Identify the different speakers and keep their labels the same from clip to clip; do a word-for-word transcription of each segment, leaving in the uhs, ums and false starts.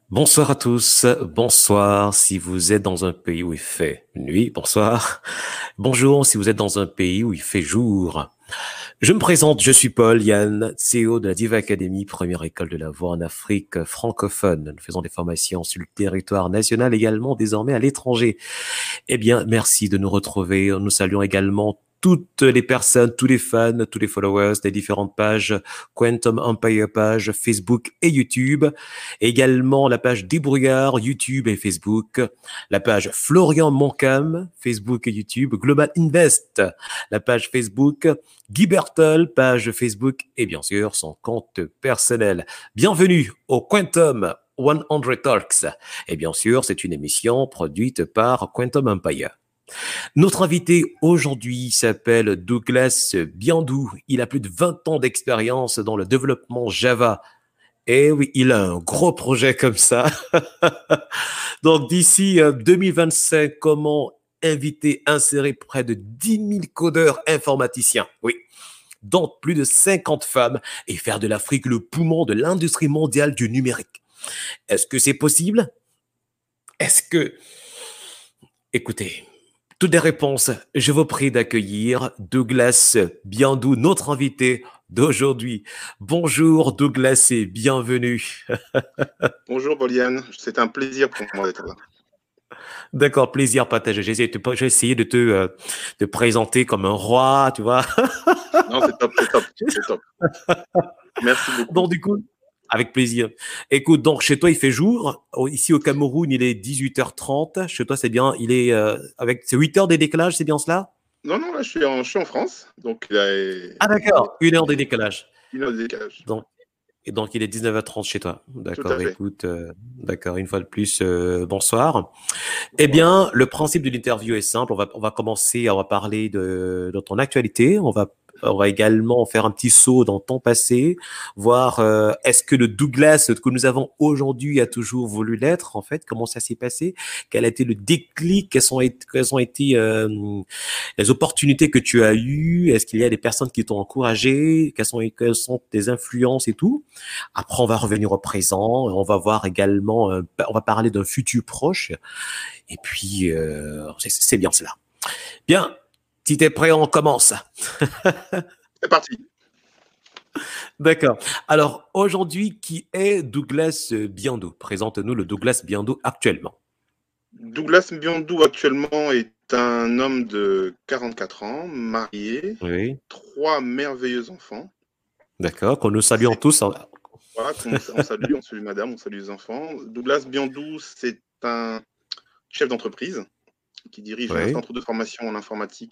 Speaker 1: Bonsoir à tous, bonsoir si vous êtes dans un pays où il fait nuit, bonsoir. Bonjour si vous êtes dans un pays où il fait jour. Je me présente, je suis Paul Yann, C E O de la Diva Academy, première école de la voix en Afrique francophone. Nous faisons des formations sur le territoire national, également désormais à l'étranger. Eh bien, merci de nous retrouver. Nous saluons également toutes les personnes, tous les fans, tous les followers des différentes pages Quantum Empire page Facebook et YouTube. Également la page Débrouillard, YouTube et Facebook. La page Florian Moncam, Facebook et YouTube. Global Invest, la page Facebook. Guy Bertol, page Facebook et bien sûr son compte personnel. Bienvenue au Quantum cent Talks. Et bien sûr, c'est une émission produite par Quantum Empire. Notre invité aujourd'hui s'appelle Douglas Biandou. Il a plus de vingt ans d'expérience dans le développement Java. Et oui, il a un gros projet comme ça. Donc d'ici deux mille vingt-cinq, comment inviter, insérer près de dix mille codeurs informaticiens. Oui, dont plus de cinquante femmes et faire de l'Afrique le poumon de l'industrie mondiale du numérique. Est-ce que c'est possible? Est-ce que... Écoutez, toutes les réponses, je vous prie d'accueillir Douglas Biandou, notre invité d'aujourd'hui. Bonjour Douglas et bienvenue.
Speaker 2: Bonjour Boliane, c'est un plaisir pour moi d'être là.
Speaker 1: D'accord, plaisir partagé. J'ai essayé de te, j'ai essayé de te euh, de présenter comme un roi, tu vois.
Speaker 2: Non, c'est top, c'est top, c'est top. Merci beaucoup.
Speaker 1: Bon, du coup, avec plaisir. Écoute, donc chez toi, il fait jour. Ici au Cameroun, il est dix-huit heures trente. Chez toi, c'est bien. Il est euh, avec c'est huit heures de décalage, c'est bien cela?
Speaker 2: Non, non, là, je suis en, je suis en France. Donc, il a,
Speaker 1: Ah, d'accord. Une heure de décalage.
Speaker 2: Une heure de décalage.
Speaker 1: Donc, et donc, il est dix-neuf heures trente chez toi.
Speaker 2: Tout à
Speaker 1: D'accord,
Speaker 2: fait.
Speaker 1: écoute, euh, d'accord, une fois de plus, euh, bonsoir. Eh bien, le principe de l'interview est simple. On va, on va commencer, on va parler de, de ton actualité. On va, on va également faire un petit saut dans ton passé, voir euh, est-ce que le Douglas que nous avons aujourd'hui a toujours voulu l'être, en fait, comment ça s'est passé, quel a été le déclic, quelles ont été, quelles ont été euh, les opportunités que tu as eues, est-ce qu'il y a des personnes qui t'ont encouragé, quelles sont, quelles sont tes influences et tout. Après, on va revenir au présent, on va voir également, euh, on va parler d'un futur proche. Et puis, euh, c'est bien cela. Bien, si tu es prêt, on commence.
Speaker 2: C'est parti.
Speaker 1: D'accord. Alors, aujourd'hui, qui est Douglas Biandou? Présente-nous le Douglas Biandou actuellement.
Speaker 2: Douglas Biandou actuellement est un homme de quarante-quatre ans, marié,
Speaker 1: oui.
Speaker 2: trois merveilleux enfants.
Speaker 1: D'accord, qu'on nous saluons tous.
Speaker 2: Voilà, on, on salue, on salue madame, on salue les enfants. Douglas Biandou, c'est un chef d'entreprise qui dirige oui. un centre de formation en informatique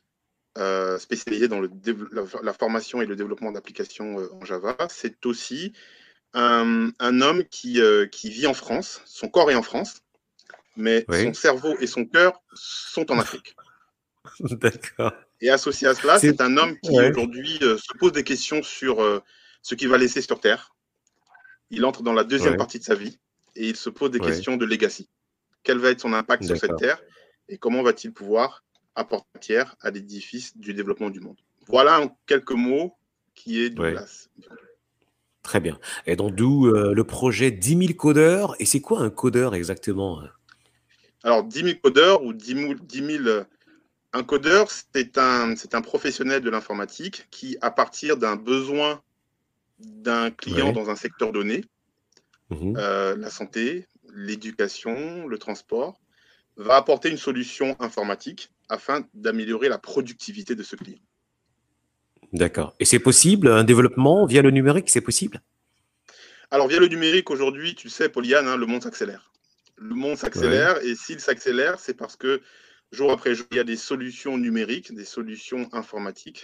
Speaker 2: Euh, spécialisé dans le la, la formation et le développement d'applications euh, en Java. C'est aussi un, un homme qui, euh, qui vit en France. Son corps est en France, mais oui. son cerveau et son cœur sont en Afrique.
Speaker 1: D'accord.
Speaker 2: Et associé à cela, c'est un homme qui ouais. aujourd'hui euh, se pose des questions sur euh, ce qu'il va laisser sur Terre. Il entre dans la deuxième ouais. partie de sa vie et il se pose des ouais. questions de legacy. Quel va être son impact sur cette Terre et comment va-t-il pouvoir apporte matière à l'édifice du développement du monde. Voilà en quelques mots qui est Douglas.
Speaker 1: Ouais. Très bien. Et donc, d'où euh, le projet dix mille codeurs. Et c'est quoi un codeur exactement?
Speaker 2: Alors, dix mille codeurs ou dix mille... Un codeur, c'est un, c'est un professionnel de l'informatique qui, à partir d'un besoin d'un client ouais. dans un secteur donné, mmh. euh, la santé, l'éducation, le transport, va apporter une solution informatique afin d'améliorer la productivité de ce client.
Speaker 1: D'accord. Et c'est possible, un développement via le numérique, c'est possible?
Speaker 2: Alors, via le numérique, aujourd'hui, tu sais, Pauliane, hein, le monde s'accélère. Le monde s'accélère, ouais. et s'il s'accélère, c'est parce que jour après jour, il y a des solutions numériques, des solutions informatiques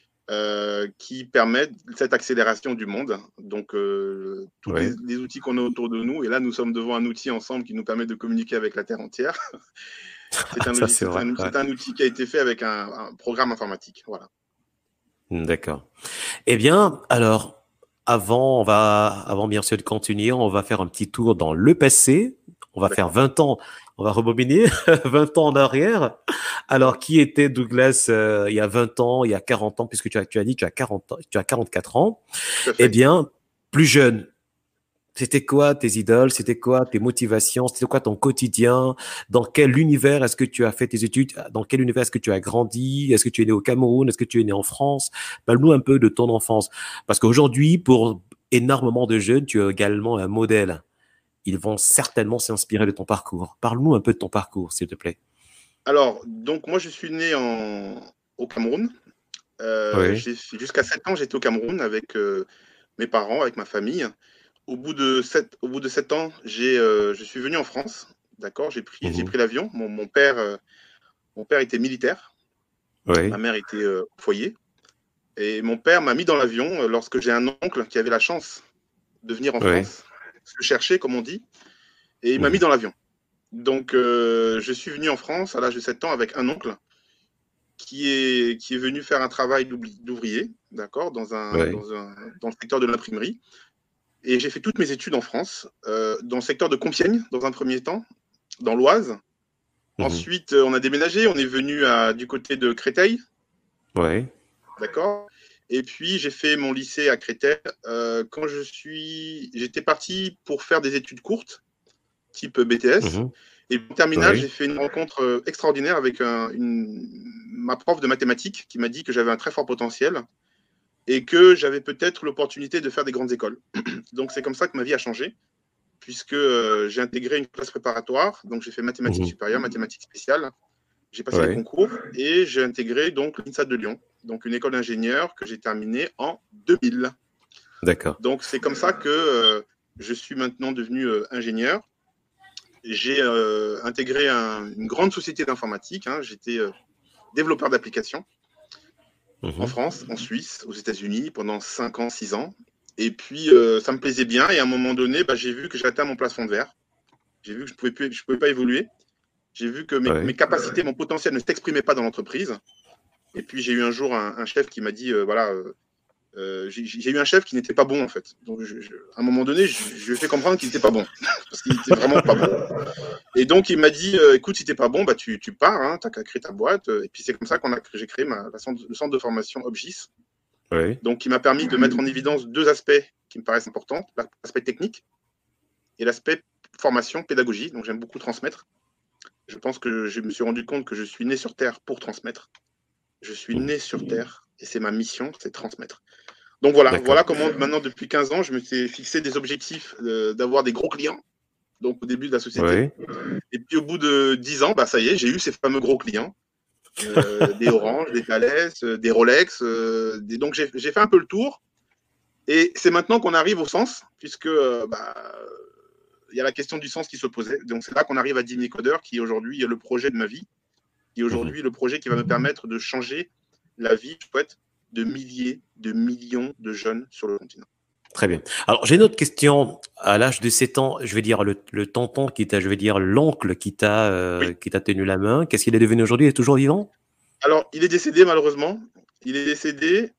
Speaker 2: euh, qui permettent cette accélération du monde. Donc, euh, tous ouais. les, les outils qu'on a autour de nous, et là, nous sommes devant un outil ensemble qui nous permet de communiquer avec la Terre entière. C'est un, Ça, un, ouais. un outil qui a été fait avec un, un programme informatique. Voilà.
Speaker 1: D'accord. Eh bien, alors, avant, on va, avant bien sûr de continuer, on va faire un petit tour dans le passé. On va faire vingt ans, on va rebobiner vingt ans en arrière. Alors, qui était Douglas euh, il y a vingt ans, il y a quarante ans, puisque tu as, tu as dit tu as quarante ans, tu as quarante-quatre ans. Eh bien, plus jeune, C'était quoi tes idoles? C'était quoi tes motivations? C'était quoi ton quotidien? Dans quel univers est-ce que tu as fait tes études? Dans quel univers est-ce que tu as grandi? Est-ce que tu es né au Cameroun? Est-ce que tu es né en France? Parle-nous un peu de ton enfance. Parce qu'aujourd'hui, pour énormément de jeunes, tu es également un modèle. Ils vont certainement s'inspirer de ton parcours. Parle-nous un peu de ton parcours, s'il te plaît.
Speaker 2: Alors, donc moi, je suis né en... au Cameroun. Euh,
Speaker 1: Oui.
Speaker 2: j'ai- jusqu'à sept ans, j'étais au Cameroun avec euh, mes parents, avec ma famille. Au bout de sept, au bout de sept ans, j'ai, euh, je suis venu en France. D'accord, j'ai pris, j'ai
Speaker 1: Mhm.
Speaker 2: pris l'avion. Mon, mon père, euh, mon père était militaire. Ma
Speaker 1: Oui.
Speaker 2: mère était euh, au foyer. Et mon père m'a mis dans l'avion euh, lorsque j'ai un oncle qui avait la chance de venir en
Speaker 1: Oui.
Speaker 2: France, se chercher, comme on dit, et il m'a mis
Speaker 1: Mhm.
Speaker 2: dans l'avion. Donc, euh, je suis venu en France à l'âge de sept ans avec un oncle qui est, qui est venu faire un travail d'ouvrier, d'accord, dans, un,
Speaker 1: Oui.
Speaker 2: dans, un, dans le secteur de l'imprimerie. Et j'ai fait toutes mes études en France, euh, dans le secteur de Compiègne, dans un premier temps, dans l'Oise.
Speaker 1: Mhm.
Speaker 2: Ensuite, on a déménagé, on est venu à, du côté de Créteil,
Speaker 1: Oui.
Speaker 2: d'accord. Et puis, j'ai fait mon lycée à Créteil. Euh, quand je suis... J'étais parti pour faire des études courtes, type B T S.
Speaker 1: Mhm.
Speaker 2: Et en terminale,
Speaker 1: Oui.
Speaker 2: j'ai fait une rencontre euh, extraordinaire avec un, une, ma prof de mathématiques qui m'a dit que j'avais un très fort potentiel et que j'avais peut-être l'opportunité de faire des grandes écoles. Donc, c'est comme ça que ma vie a changé, puisque euh, j'ai intégré une classe préparatoire. Donc, j'ai fait mathématiques
Speaker 1: Mhm.
Speaker 2: supérieures, mathématiques spéciales. J'ai passé les
Speaker 1: Oui.
Speaker 2: concours et j'ai intégré donc l'INSA de Lyon, donc une école d'ingénieur que j'ai terminée en deux mille.
Speaker 1: D'accord.
Speaker 2: Donc, c'est comme ça que euh, je suis maintenant devenu euh, ingénieur. J'ai euh, intégré un, une grande société d'informatique. Hein. J'étais euh, développeur d'applications en
Speaker 1: Mhm.
Speaker 2: France, en Suisse, aux États-Unis pendant cinq ans, six ans. Et puis, euh, ça me plaisait bien. Et à un moment donné, bah, j'ai vu que j'atteins mon plafond de verre. J'ai vu que je ne pouvais, plus, je pouvais pas évoluer. J'ai vu que mes, mes
Speaker 1: Oui.
Speaker 2: capacités, mon potentiel ne s'exprimait pas dans l'entreprise. Et puis, j'ai eu un jour un, un chef qui m'a dit, euh, voilà, euh, euh, j'ai eu un chef qui n'était pas bon, en fait. Donc, je, je, à un moment donné, je, je lui ai fait comprendre qu'il n'était pas bon. Parce qu'il n'était vraiment pas bon. Et donc, il m'a dit, euh, écoute, si t'es pas bon, bah, tu, tu pars, hein, t'as qu'à créer ta boîte. Et puis, c'est comme ça qu'on a, que j'ai créé ma, la centre, le centre de formation Obgis.
Speaker 1: Oui.
Speaker 2: Donc, qui m'a permis de mettre en évidence deux aspects qui me paraissent importants, l'aspect technique et l'aspect formation, pédagogie. Donc, j'aime beaucoup transmettre. Je pense que je me suis rendu compte que je suis né sur Terre pour transmettre. Je suis
Speaker 1: Mhm.
Speaker 2: né sur Terre et c'est ma mission, c'est transmettre. Donc, voilà, voilà
Speaker 1: D'accord.
Speaker 2: comment maintenant, depuis quinze ans, je me suis fixé des objectifs euh, d'avoir des gros clients. Donc, au début de la société.
Speaker 1: Oui.
Speaker 2: Et puis, au bout de dix ans, bah, ça y est, j'ai eu ces fameux gros clients. Euh, des Orange, des Thales, euh, des Rolex. Euh, des... Donc, j'ai fait un peu le tour. Et c'est maintenant qu'on arrive au sens, puisque euh, bah, il y a la question du sens qui se posait. Donc, c'est là qu'on arrive à Dîner Codeur, qui est aujourd'hui le projet de ma vie, qui est
Speaker 1: Mhm.
Speaker 2: aujourd'hui le projet qui va me permettre de changer la vie, je souhaite, de milliers, de millions de jeunes sur le continent.
Speaker 1: Très bien. Alors, j'ai une autre question. À l'âge de sept ans, je vais dire le, le tonton qui t'a, je vais dire l'oncle qui t'a
Speaker 2: Oui.
Speaker 1: euh, qui t'a tenu la main. Qu'est-ce qu'il est devenu aujourd'hui? Il est toujours vivant?
Speaker 2: Alors, il est décédé, malheureusement. Il est décédé.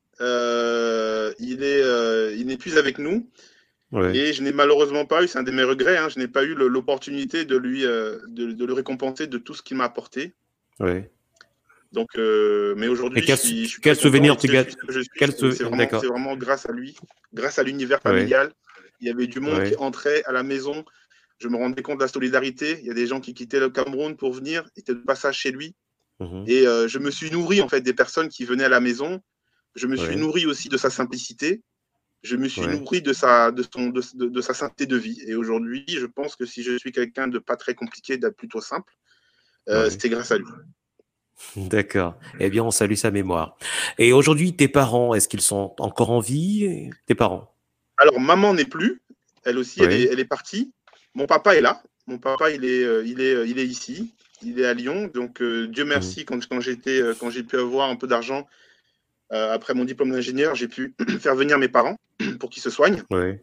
Speaker 2: Euh, il est, euh, il n'est plus avec nous.
Speaker 1: Oui.
Speaker 2: Et je n'ai malheureusement pas eu, c'est un de mes regrets, hein, je n'ai pas eu l'opportunité de lui euh, de, de le récompenser de tout ce qu'il m'a apporté.
Speaker 1: Oui.
Speaker 2: Donc, euh, mais
Speaker 1: Et
Speaker 2: aujourd'hui, je
Speaker 1: quel,
Speaker 2: suis, je suis
Speaker 1: quel
Speaker 2: très content.
Speaker 1: souvenir
Speaker 2: Et
Speaker 1: tu
Speaker 2: si je suis
Speaker 1: gardes?
Speaker 2: ce que je suis,
Speaker 1: Quel
Speaker 2: c'est
Speaker 1: souvenir?
Speaker 2: vraiment, c'est
Speaker 1: D'accord.
Speaker 2: vraiment grâce à lui, grâce à l'univers
Speaker 1: Oui.
Speaker 2: familial. Il y avait du monde qui
Speaker 1: Oui.
Speaker 2: entrait à la maison. Je me rendais compte de la solidarité. Il y a des gens qui quittaient le Cameroun pour venir, étaient de passage chez lui.
Speaker 1: Mhm.
Speaker 2: Et euh, je me suis nourri en fait des personnes qui venaient à la maison. Je me suis
Speaker 1: Oui.
Speaker 2: nourri aussi de sa simplicité. Je me suis
Speaker 1: Oui.
Speaker 2: nourri de sa, de, son, de, de, de sa sainteté de vie. Et aujourd'hui, je pense que si je suis quelqu'un de pas très compliqué, d'être plutôt simple, euh,
Speaker 1: Oui.
Speaker 2: c'est grâce à lui.
Speaker 1: D'accord. Eh bien, on salue sa mémoire. Et aujourd'hui, tes parents, est-ce qu'ils sont encore en vie? Tes parents?
Speaker 2: Alors, maman n'est plus. Elle aussi, elle est,
Speaker 1: Oui.
Speaker 2: elle est partie. Mon papa est là. Mon papa, il est, euh, il est, euh, il est ici. Il est à Lyon. Donc, euh, Dieu
Speaker 1: Mhm.
Speaker 2: merci, quand, quand j'étais, euh, quand j'ai pu avoir un peu d'argent euh, après mon diplôme d'ingénieur, j'ai pu faire venir mes parents pour qu'ils se soignent.
Speaker 1: Oui.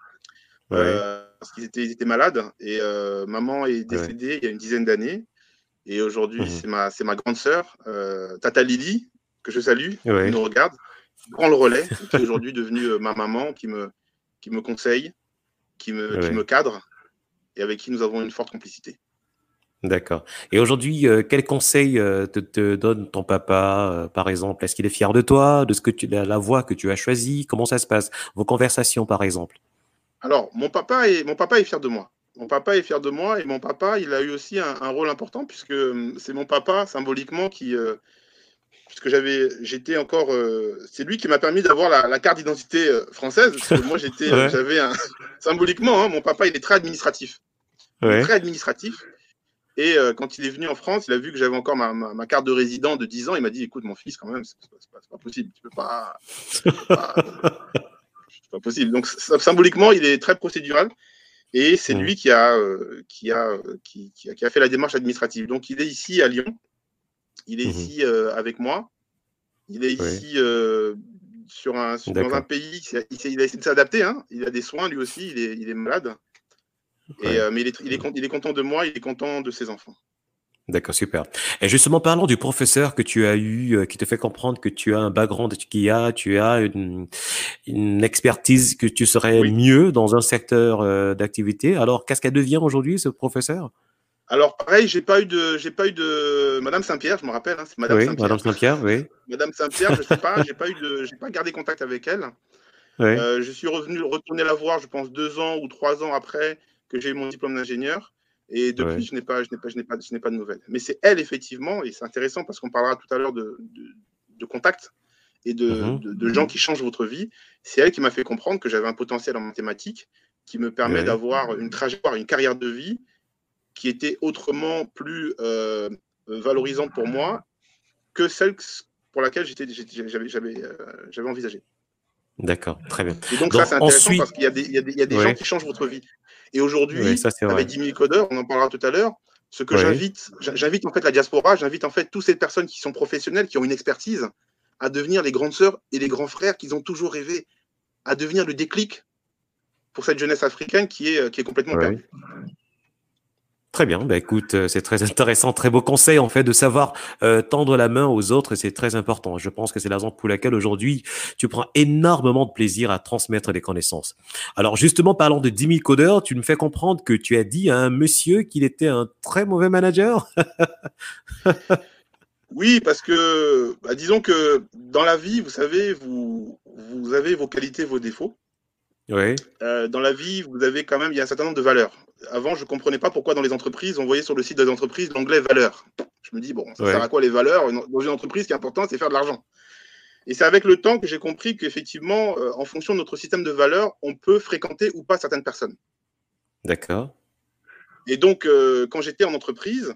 Speaker 1: Oui.
Speaker 2: Euh, parce qu'ils étaient, ils étaient malades. Et euh, maman est
Speaker 1: Oui.
Speaker 2: décédée il y a une dizaine d'années. Et aujourd'hui,
Speaker 1: Mhm.
Speaker 2: c'est ma, c'est ma grande sœur, euh, Tata Lily, que je salue, qui
Speaker 1: Oui.
Speaker 2: nous regarde, qui prend le relais et qui est aujourd'hui devenue euh, ma maman, qui me, qui me conseille, qui me, qui me
Speaker 1: Oui.
Speaker 2: cadre et avec qui nous avons une forte complicité.
Speaker 1: D'accord. Et aujourd'hui, euh, quel conseil euh, te, te donne ton papa, euh, par exemple? Est-ce qu'il est fier de toi, de ce que tu, la, la voie que tu as choisie? Comment ça se passe? Vos conversations, par exemple?
Speaker 2: Alors, mon papa, est, mon papa est fier de moi. Mon papa est fier de moi et mon papa, il a eu aussi un, un rôle important puisque euh, c'est mon papa, symboliquement, qui, euh, puisque j'avais, j'étais encore, euh, c'est lui qui m'a permis d'avoir la, la carte d'identité euh, française, parce que moi j'étais, euh,
Speaker 1: Ouais,
Speaker 2: j'avais un, symboliquement, hein, mon papa il est très administratif, il est
Speaker 1: ouais.
Speaker 2: très administratif, et euh, quand il est venu en France, il a vu que j'avais encore ma, ma, ma carte de résident de dix ans, il m'a dit, écoute mon fils quand même, c'est pas, pas, pas, possible, tu peux pas, tu peux pas, c'est pas possible. Donc symboliquement, il est très procédural, et c'est
Speaker 1: Mm.
Speaker 2: lui qui a, euh, qui a, qui, qui a, qui a fait la démarche administrative. Donc il est ici à Lyon, il est
Speaker 1: Mhm.
Speaker 2: ici euh, avec moi. Il est
Speaker 1: Oui,
Speaker 2: ici euh, sur un, dans un
Speaker 1: d'accord.
Speaker 2: pays, il, il a essayé de s'adapter. Hein. Il a des soins lui aussi, il est, il est malade. Et,
Speaker 1: Ouais.
Speaker 2: euh, mais il est, il, est, il est content de moi, il est content de ses enfants.
Speaker 1: D'accord, super. Et justement, parlons du professeur que tu as eu, euh, qui te fait comprendre que tu as un background qui a, tu as une, une expertise, que tu serais
Speaker 2: Oui.
Speaker 1: mieux dans un secteur euh, d'activité. Alors, qu'est-ce qu'elle devient aujourd'hui, ce professeur?
Speaker 2: Alors pareil, j'ai pas eu de, j'ai pas eu de Madame Saint-Pierre, je me rappelle, hein, c'est Madame
Speaker 1: Oui, Madame
Speaker 2: Saint-Pierre.
Speaker 1: Saint-Pierre, oui.
Speaker 2: Madame Saint-Pierre, je sais pas, j'ai pas eu de, j'ai pas gardé contact avec elle.
Speaker 1: Oui,
Speaker 2: Euh, je suis revenu, retourné la voir, je pense deux ans ou trois ans après que j'ai eu mon diplôme d'ingénieur. Et depuis,
Speaker 1: oui.
Speaker 2: je n'ai pas, je n'ai pas, je n'ai pas, je n'ai pas de nouvelles. Mais c'est elle effectivement, et c'est intéressant parce qu'on parlera tout à l'heure de, de, de contact et de,
Speaker 1: Mhm.
Speaker 2: de, de gens qui changent votre vie. C'est elle qui m'a fait comprendre que j'avais un potentiel en mathématiques qui me permet
Speaker 1: Oui,
Speaker 2: d'avoir une trajectoire, une carrière de vie qui était autrement plus euh, valorisante pour moi que celle pour laquelle j'étais, j'avais, j'avais, euh, j'avais envisagé.
Speaker 1: d'accord, très bien.
Speaker 2: Et donc ça, c'est
Speaker 1: Donc,
Speaker 2: intéressant
Speaker 1: ensuite,
Speaker 2: parce qu'il y a des, il y a des, il y a des gens
Speaker 1: oui,
Speaker 2: qui changent votre vie. Et
Speaker 1: oui,
Speaker 2: aujourd'hui,
Speaker 1: ça c'est
Speaker 2: avec
Speaker 1: vrai.
Speaker 2: dix mille codeurs, on en parlera tout à l'heure, ce que
Speaker 1: Oui,
Speaker 2: j'invite, j'invite en fait la diaspora, j'invite en fait toutes ces personnes qui sont professionnelles, qui ont une expertise, à devenir les grandes sœurs et les grands frères qu'ils ont toujours rêvé, à devenir le déclic pour cette jeunesse africaine qui est, qui est complètement
Speaker 1: oui.
Speaker 2: perdue.
Speaker 1: Très bien. Bah, écoute, euh, c'est très intéressant, très beau conseil en fait de savoir euh, tendre la main aux autres et c'est très important. Je pense que c'est la raison pour laquelle aujourd'hui tu prends énormément de plaisir à transmettre des connaissances. Alors justement, parlant de dix mille codeurs, tu me fais comprendre que tu as dit à un monsieur qu'il était un très mauvais manager.
Speaker 2: Oui, parce que, bah, disons que dans la vie, vous savez, vous, vous avez vos qualités, vos défauts.
Speaker 1: Oui,
Speaker 2: Euh, dans la vie, vous avez quand même, il y a un certain nombre de valeurs. Avant, je ne comprenais pas pourquoi dans les entreprises, on voyait sur le site des entreprises l'onglet valeurs. Je me dis, bon, ça sert
Speaker 1: oui,
Speaker 2: à quoi les valeurs? Dans une entreprise, ce qui est important, c'est faire de l'argent. Et c'est avec le temps que j'ai compris qu'effectivement, euh, en fonction de notre système de valeurs, on peut fréquenter ou pas certaines personnes.
Speaker 1: d'accord.
Speaker 2: Et donc, euh, quand j'étais en entreprise,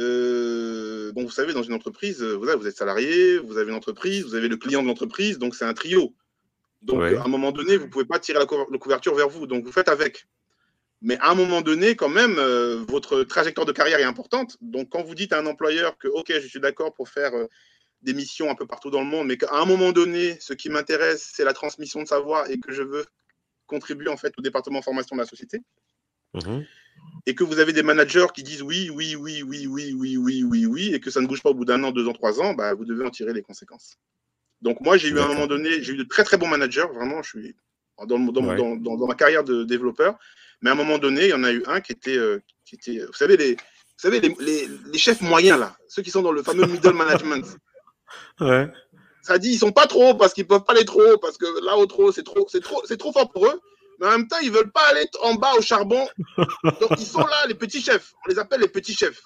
Speaker 2: euh, bon, vous savez, dans une entreprise, vous, avez, vous êtes salarié, vous avez une entreprise, vous avez le client de l'entreprise, donc c'est un trio. Donc, à
Speaker 1: Oui,
Speaker 2: un moment donné, vous ne pouvez pas tirer la, couver la couverture vers vous, donc vous faites avec. Mais à un moment donné, quand même, euh, votre trajectoire de carrière est importante. Donc, quand vous dites à un employeur que, OK, je suis d'accord pour faire euh, des missions un peu partout dans le monde, mais qu'à un moment donné, ce qui m'intéresse, c'est la transmission de savoir et que je veux contribuer en fait au département formation de la société,
Speaker 1: mhm,
Speaker 2: et que vous avez des managers qui disent oui, oui, oui, oui, oui, oui, oui, oui, oui, et que ça ne bouge pas au bout d'un an, deux ans, trois ans, bah, vous devez en tirer les conséquences. Donc, moi, j'ai eu à un moment
Speaker 1: d'accord.
Speaker 2: donné, j'ai eu de très, très bons managers, vraiment, je suis dans, dans,
Speaker 1: Oui,
Speaker 2: dans, dans, dans ma carrière de développeur, mais à un moment donné, il y en a eu un qui était, euh, qui était vous savez, les, vous savez les, les, les chefs moyens, là, ceux qui sont dans le fameux middle management.
Speaker 1: ouais,
Speaker 2: Ça dit, ils sont pas trop parce qu'ils peuvent pas aller trop haut, parce que là, au trop, c'est trop, c'est trop, c'est trop fort pour eux. Mais en même temps, ils veulent pas aller en bas au charbon. Donc, ils sont là, les petits chefs. On les appelle les petits chefs.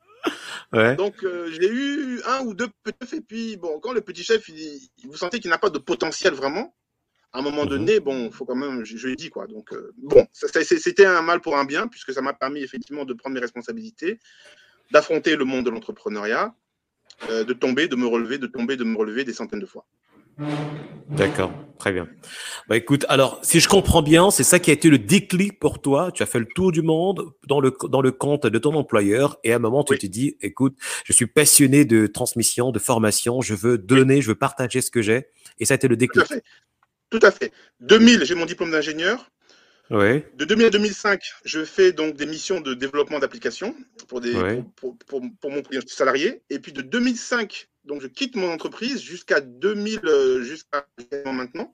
Speaker 1: ouais.
Speaker 2: Donc, euh, j'ai eu un ou deux petits chefs. Et puis, bon, quand le petit chef, il, vous sentez qu'il n'a pas de potentiel vraiment, à un moment
Speaker 1: Mhm.
Speaker 2: donné, bon, faut quand même, je, je l'ai dit, quoi. Donc, euh, bon, c'était un mal pour un bien, puisque ça m'a permis effectivement de prendre mes responsabilités, d'affronter le monde de l'entrepreneuriat, euh, de tomber, de me relever, de tomber, de me relever des centaines de fois.
Speaker 1: D'accord, très bien. Bah écoute, alors si je comprends bien, c'est ça qui a été le déclic pour toi. Tu as fait le tour du monde dans le dans le compte de ton employeur et à un moment tu
Speaker 2: Oui,
Speaker 1: t'es dit, écoute, je suis passionné de transmission, de formation, je veux
Speaker 2: oui,
Speaker 1: donner, je veux partager ce que j'ai et ça a été le
Speaker 2: tout à
Speaker 1: déclic.
Speaker 2: fait. Tout à fait. deux mille, j'ai mon diplôme d'ingénieur.
Speaker 1: Oui,
Speaker 2: De deux mille à deux mille cinq, je fais donc des missions de développement d'applications pour,
Speaker 1: oui,
Speaker 2: pour, pour, pour, pour mon client salarié. Et puis de deux mille cinq, donc je quitte mon entreprise jusqu'à deux mille, euh, jusqu'à maintenant.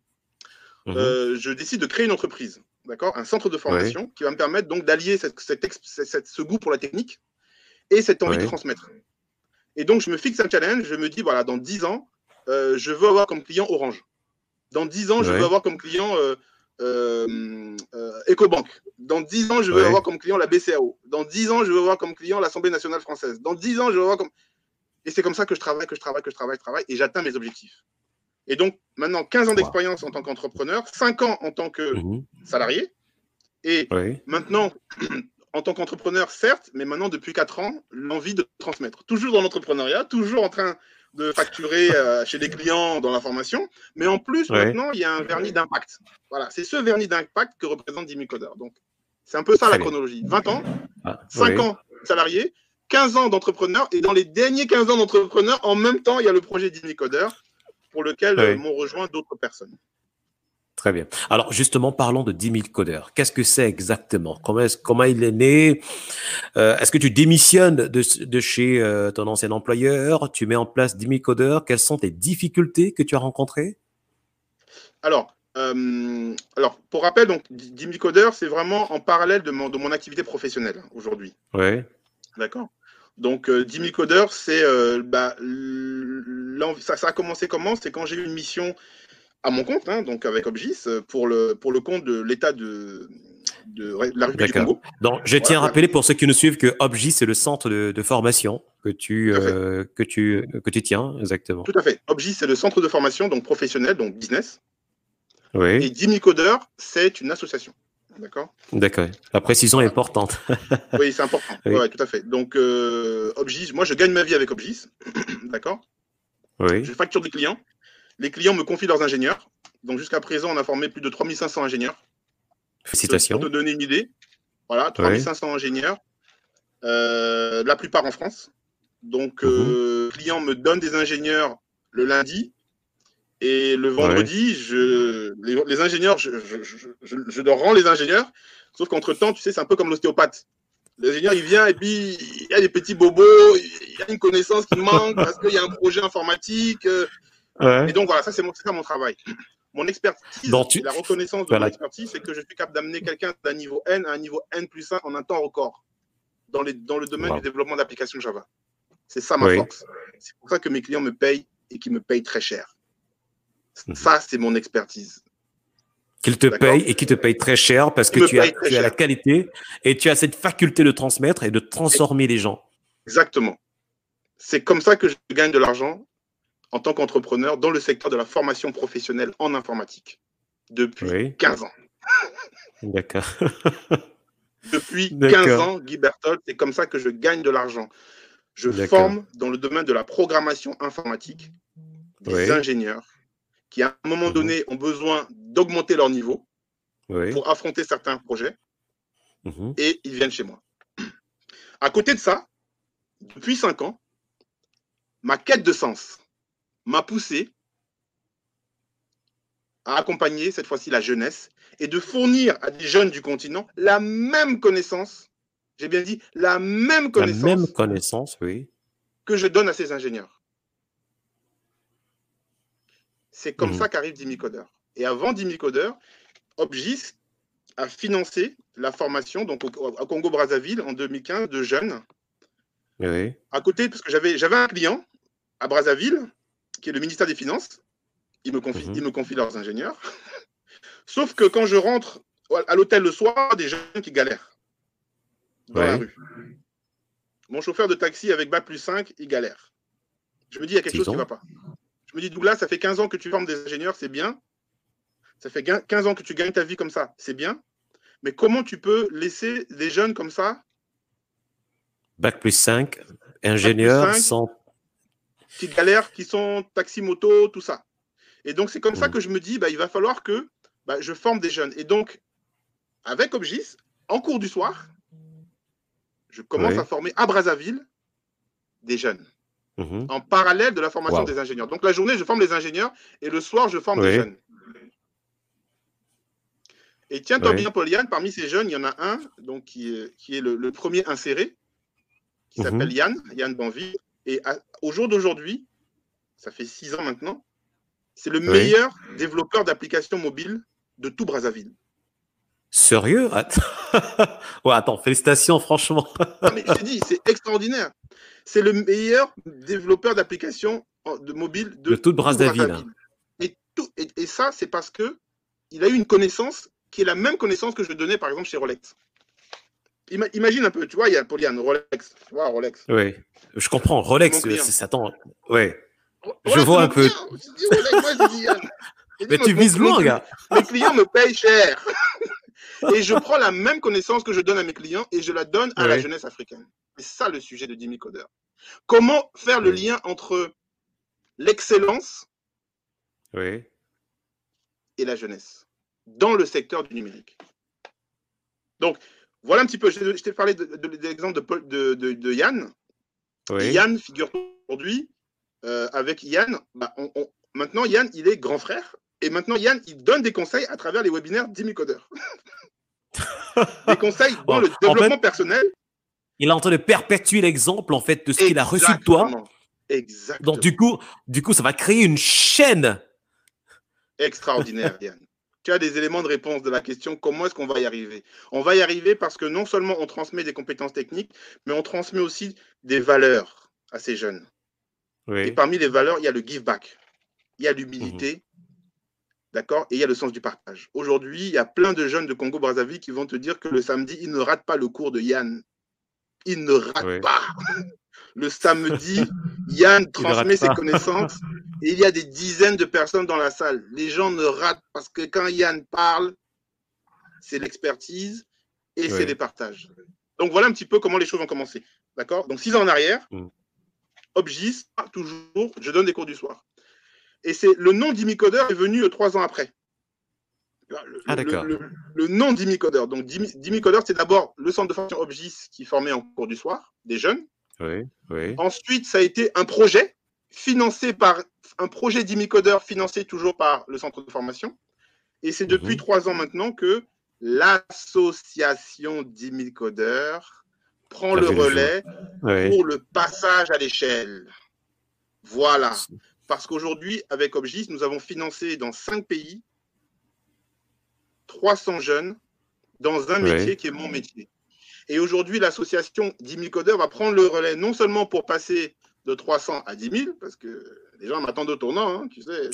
Speaker 1: mhm,
Speaker 2: Euh, je décide de créer une entreprise, d'accord, un centre de
Speaker 1: oui,
Speaker 2: formation qui va me permettre donc d'allier cette, cette, cette, ce goût pour la technique et cette envie de
Speaker 1: oui,
Speaker 2: transmettre. Et donc je me fixe un challenge, je me dis voilà, dans dix ans, euh, je veux avoir comme client Orange. Dans dix ans, je veux
Speaker 1: oui,
Speaker 2: avoir comme client euh, euh, euh, Ecobank. Dans dix ans, je veux
Speaker 1: Ouais.
Speaker 2: avoir comme client la B C A O. Dans dix ans, je veux avoir comme client l'Assemblée nationale française. Dans dix ans, je veux avoir comme... Et c'est comme ça que je travaille, que je travaille, que je travaille, que je travaille, et j'atteins mes objectifs. Et donc, maintenant, quinze ans d'expérience wow. en tant qu'entrepreneur, cinq ans en tant que mmh. salarié, et oui. maintenant, en tant qu'entrepreneur, certes, mais maintenant, depuis quatre ans, l'envie de transmettre. Toujours dans l'entrepreneuriat, toujours en train de facturer euh, chez des clients dans la formation, mais en plus, oui. maintenant, il y a un vernis d'impact. Voilà, c'est ce vernis d'impact que représente dix mille codeurs. Donc, c'est un peu ça Très la bien. chronologie. vingt ans, ah, cinq oui. ans salarié, quinze ans d'entrepreneur, et dans les derniers quinze ans d'entrepreneur, en même temps, il y a le projet dix mille codeurs, pour lequel oui. m'ont rejoint d'autres personnes.
Speaker 1: Très bien. Alors, justement, parlons de dix mille codeurs. Qu'est-ce que c'est exactement? Comment, est comment il est né? euh, Est-ce que tu démissionnes de, de chez euh, ton ancien employeur? Tu mets en place dix mille codeurs? Quelles sont tes difficultés que tu as rencontrées?
Speaker 2: Alors, euh, alors, pour rappel, donc, dix mille codeurs, c'est vraiment en parallèle de mon, de mon activité professionnelle aujourd'hui.
Speaker 1: Oui.
Speaker 2: D'accord. Donc, euh, dix mille codeurs, c'est euh, bah, ça, ça a commencé comment? C'est quand j'ai eu une mission à mon compte, hein, donc avec Obgis, pour le, pour le compte de l'État de, de, de la République du Congo.
Speaker 1: Donc, je tiens voilà, à rappeler pour ceux qui nous suivent que Obgis, c'est le centre de, de formation que tu, euh, que, tu, que tu tiens, exactement.
Speaker 2: Tout à fait. Obgis, c'est le centre de formation donc professionnel, donc business.
Speaker 1: Oui.
Speaker 2: Et dix mille codeurs, c'est une association. D'accord.
Speaker 1: D'accord. La précision voilà. est importante.
Speaker 2: Oui, c'est important. Oui. Ouais, tout à fait. Donc, euh, Obgis, moi, je gagne ma vie avec Obgis. D'accord.
Speaker 1: Oui.
Speaker 2: Je facture des clients. Les clients me confient leurs ingénieurs. Donc, jusqu'à présent, on a formé plus de trois mille cinq cents ingénieurs.
Speaker 1: Félicitations.
Speaker 2: Pour te donner une idée. Voilà, trois mille cinq cents oui. ingénieurs. Euh, la plupart en France. Donc, mm-hmm. euh, le client me donne des ingénieurs le lundi. Et le vendredi, ouais. je, les, les ingénieurs, je, je, je, je, je leur rends les ingénieurs. Sauf qu'entre-temps, tu sais, c'est un peu comme l'ostéopathe. L'ingénieur, il vient et puis il y a des petits bobos, il y a une connaissance qui manque parce qu'il y a un projet informatique. Ouais. Et donc, voilà, ça, c'est mon, ça, mon travail. Mon expertise, donc, tu... la reconnaissance de voilà. mon expertise, c'est que je suis capable d'amener quelqu'un d'un niveau N à un niveau N plus un en un temps record dans, les, dans le domaine wow. du développement d'applications Java. C'est ça ma oui. force. C'est pour ça que mes clients me payent et qu'ils me payent très cher. Ça, c'est mon expertise.
Speaker 1: Qu'ils te payent et qui te payent très cher parce que tu as, tu as la qualité et tu as cette faculté de transmettre et de transformer et... les gens.
Speaker 2: Exactement. C'est comme ça que je gagne de l'argent en tant qu'entrepreneur dans le secteur de la formation professionnelle en informatique depuis oui. quinze ans.
Speaker 1: D'accord.
Speaker 2: Depuis quinze ans, Guy Berthold, c'est comme ça que je gagne de l'argent. Je forme dans le domaine de la programmation informatique des oui. ingénieurs qui, à un moment mmh. donné, ont besoin d'augmenter leur niveau oui. pour affronter certains projets, mmh. et ils viennent chez moi. À côté de ça, depuis cinq ans, ma quête de sens m'a poussé à accompagner, cette fois-ci, la jeunesse, et de fournir à des jeunes du continent la même connaissance, j'ai bien dit, la même connaissance,
Speaker 1: la même connaissance oui.
Speaker 2: que je donne à ces ingénieurs. C'est comme mmh. ça qu'arrive dix mille codeurs. Et avant dix mille codeurs, Obgis a financé la formation donc au, au Congo-Brazzaville en deux mille quinze de jeunes.
Speaker 1: Oui.
Speaker 2: À côté, parce que j'avais j'avais un client à Brazzaville, qui est le ministère des Finances. Il me confie, mmh. il me confie leurs ingénieurs. Sauf que quand je rentre à l'hôtel le soir, des jeunes qui galèrent dans oui. la rue. Mon chauffeur de taxi avec bac plus cinq, il galère. Je me dis, il y a quelque chose qui ne va pas. Je me dis, Douglas, ça fait quinze ans que tu formes des ingénieurs, c'est bien. Ça fait quinze ans que tu gagnes ta vie comme ça, c'est bien. Mais comment tu peux laisser des jeunes comme ça,
Speaker 1: bac plus cinq, ingénieurs, sans...
Speaker 2: qui galèrent, qui sont taxi-moto, tout ça. Et donc, c'est comme mmh. ça que je me dis, bah, il va falloir que bah, je forme des jeunes. Et donc, avec Obgis, en cours du soir, je commence oui. à former à Brazzaville des jeunes. Mmh. En parallèle de la formation wow. des ingénieurs. Donc, la journée, je forme les ingénieurs et le soir, je forme oui. des jeunes. Et tiens-toi oui. bien, Paul-Yann, parmi ces jeunes, il y en a un donc, qui est, qui est le, le premier inséré, qui mmh. s'appelle Yann, Yann Banville. Et à, au jour d'aujourd'hui, ça fait six ans maintenant, c'est le oui. meilleur développeur d'applications mobiles de tout Brazzaville.
Speaker 1: Sérieux? Attends. Ouais, attends, félicitations, franchement.
Speaker 2: Non, mais je te dis, c'est extraordinaire. C'est le meilleur développeur d'applications de mobile de,
Speaker 1: de toute Brazzaville.
Speaker 2: Et, tout, et, et ça, c'est parce que il a eu une connaissance qui est la même connaissance que je donnais, par exemple, chez Rolex. Ima imagine un peu, tu vois, il y a Poliane, Rolex, tu vois, Rolex.
Speaker 1: Oui, je comprends. Rolex, c'est Satan. Ouais. Je
Speaker 2: Ouais,
Speaker 1: vois un
Speaker 2: mon
Speaker 1: peu.
Speaker 2: client. Je dis Rolex, moi, je dis, je dis
Speaker 1: Mais tu
Speaker 2: mon,
Speaker 1: vises
Speaker 2: mon,
Speaker 1: loin,
Speaker 2: mon,
Speaker 1: gars.
Speaker 2: Mes clients me payent cher. Et je prends la même connaissance que je donne à mes clients et je la donne à
Speaker 1: oui.
Speaker 2: la jeunesse africaine. C'est ça le sujet de Jimmy Coder. Comment faire le
Speaker 1: oui.
Speaker 2: lien entre l'excellence
Speaker 1: oui.
Speaker 2: et la jeunesse dans le secteur du numérique. Donc, voilà un petit peu, je t'ai parlé de, de, de l'exemple de, de, de, de Yann. Oui. Et Yann, figure aujourd'hui, euh, avec Yann, bah, on, on, maintenant Yann, il est grand frère. Et maintenant, Yann, il donne des conseils à travers les webinaires Jimmy Coder. Des conseils dans oh, le développement en fait, personnel.
Speaker 1: Il est en train de perpétuer l'exemple, en fait, de ce qu'il a reçu de toi.
Speaker 2: Exactement.
Speaker 1: Donc, du coup, du coup, ça va créer une chaîne.
Speaker 2: Extraordinaire, Yann. Tu as des éléments de réponse de la question, comment est-ce qu'on va y arriver? On va y arriver parce que non seulement on transmet des compétences techniques, mais on transmet aussi des valeurs à ces jeunes. Oui. Et parmi les valeurs, il y a le give back, il y a l'humilité, mmh. D'accord? Et il y a le sens du partage. Aujourd'hui, il y a plein de jeunes de Congo-Brazzaville qui vont te dire que le samedi, ils ne ratent pas le cours de Yann. Ils ne ratent oui. pas. Le samedi, Yann transmet ses connaissances et il y a des dizaines de personnes dans la salle. Les gens ne ratent parce que quand Yann parle, c'est l'expertise et oui. c'est les partages. Donc voilà un petit peu comment les choses ont commencé. D'accord? Donc six ans en arrière, mm. Obgis, toujours, je donne des cours du soir. Et c'est le nom Jimmy Coder est venu trois ans après. Le, ah, le, le, le nom Jimmy Coder. Donc Jimmy Coder, c'est d'abord le centre de formation Obgis qui formait en cours du soir des jeunes.
Speaker 1: Oui, oui.
Speaker 2: Ensuite, ça a été un projet financé par un projet Jimmy Coder financé toujours par le centre de formation. Et c'est depuis mmh. trois ans maintenant que l'association Jimmy Coder prend le relais le pour oui. le passage à l'échelle. Voilà. Parce qu'aujourd'hui, avec Obgis, nous avons financé dans cinq pays trois cents jeunes dans un métier oui. qui est mon métier. Et aujourd'hui, l'association Jimmy Coder va prendre le relais non seulement pour passer de trois cents à dix mille, parce que les gens m'attendent au tournant, hein, tu sais.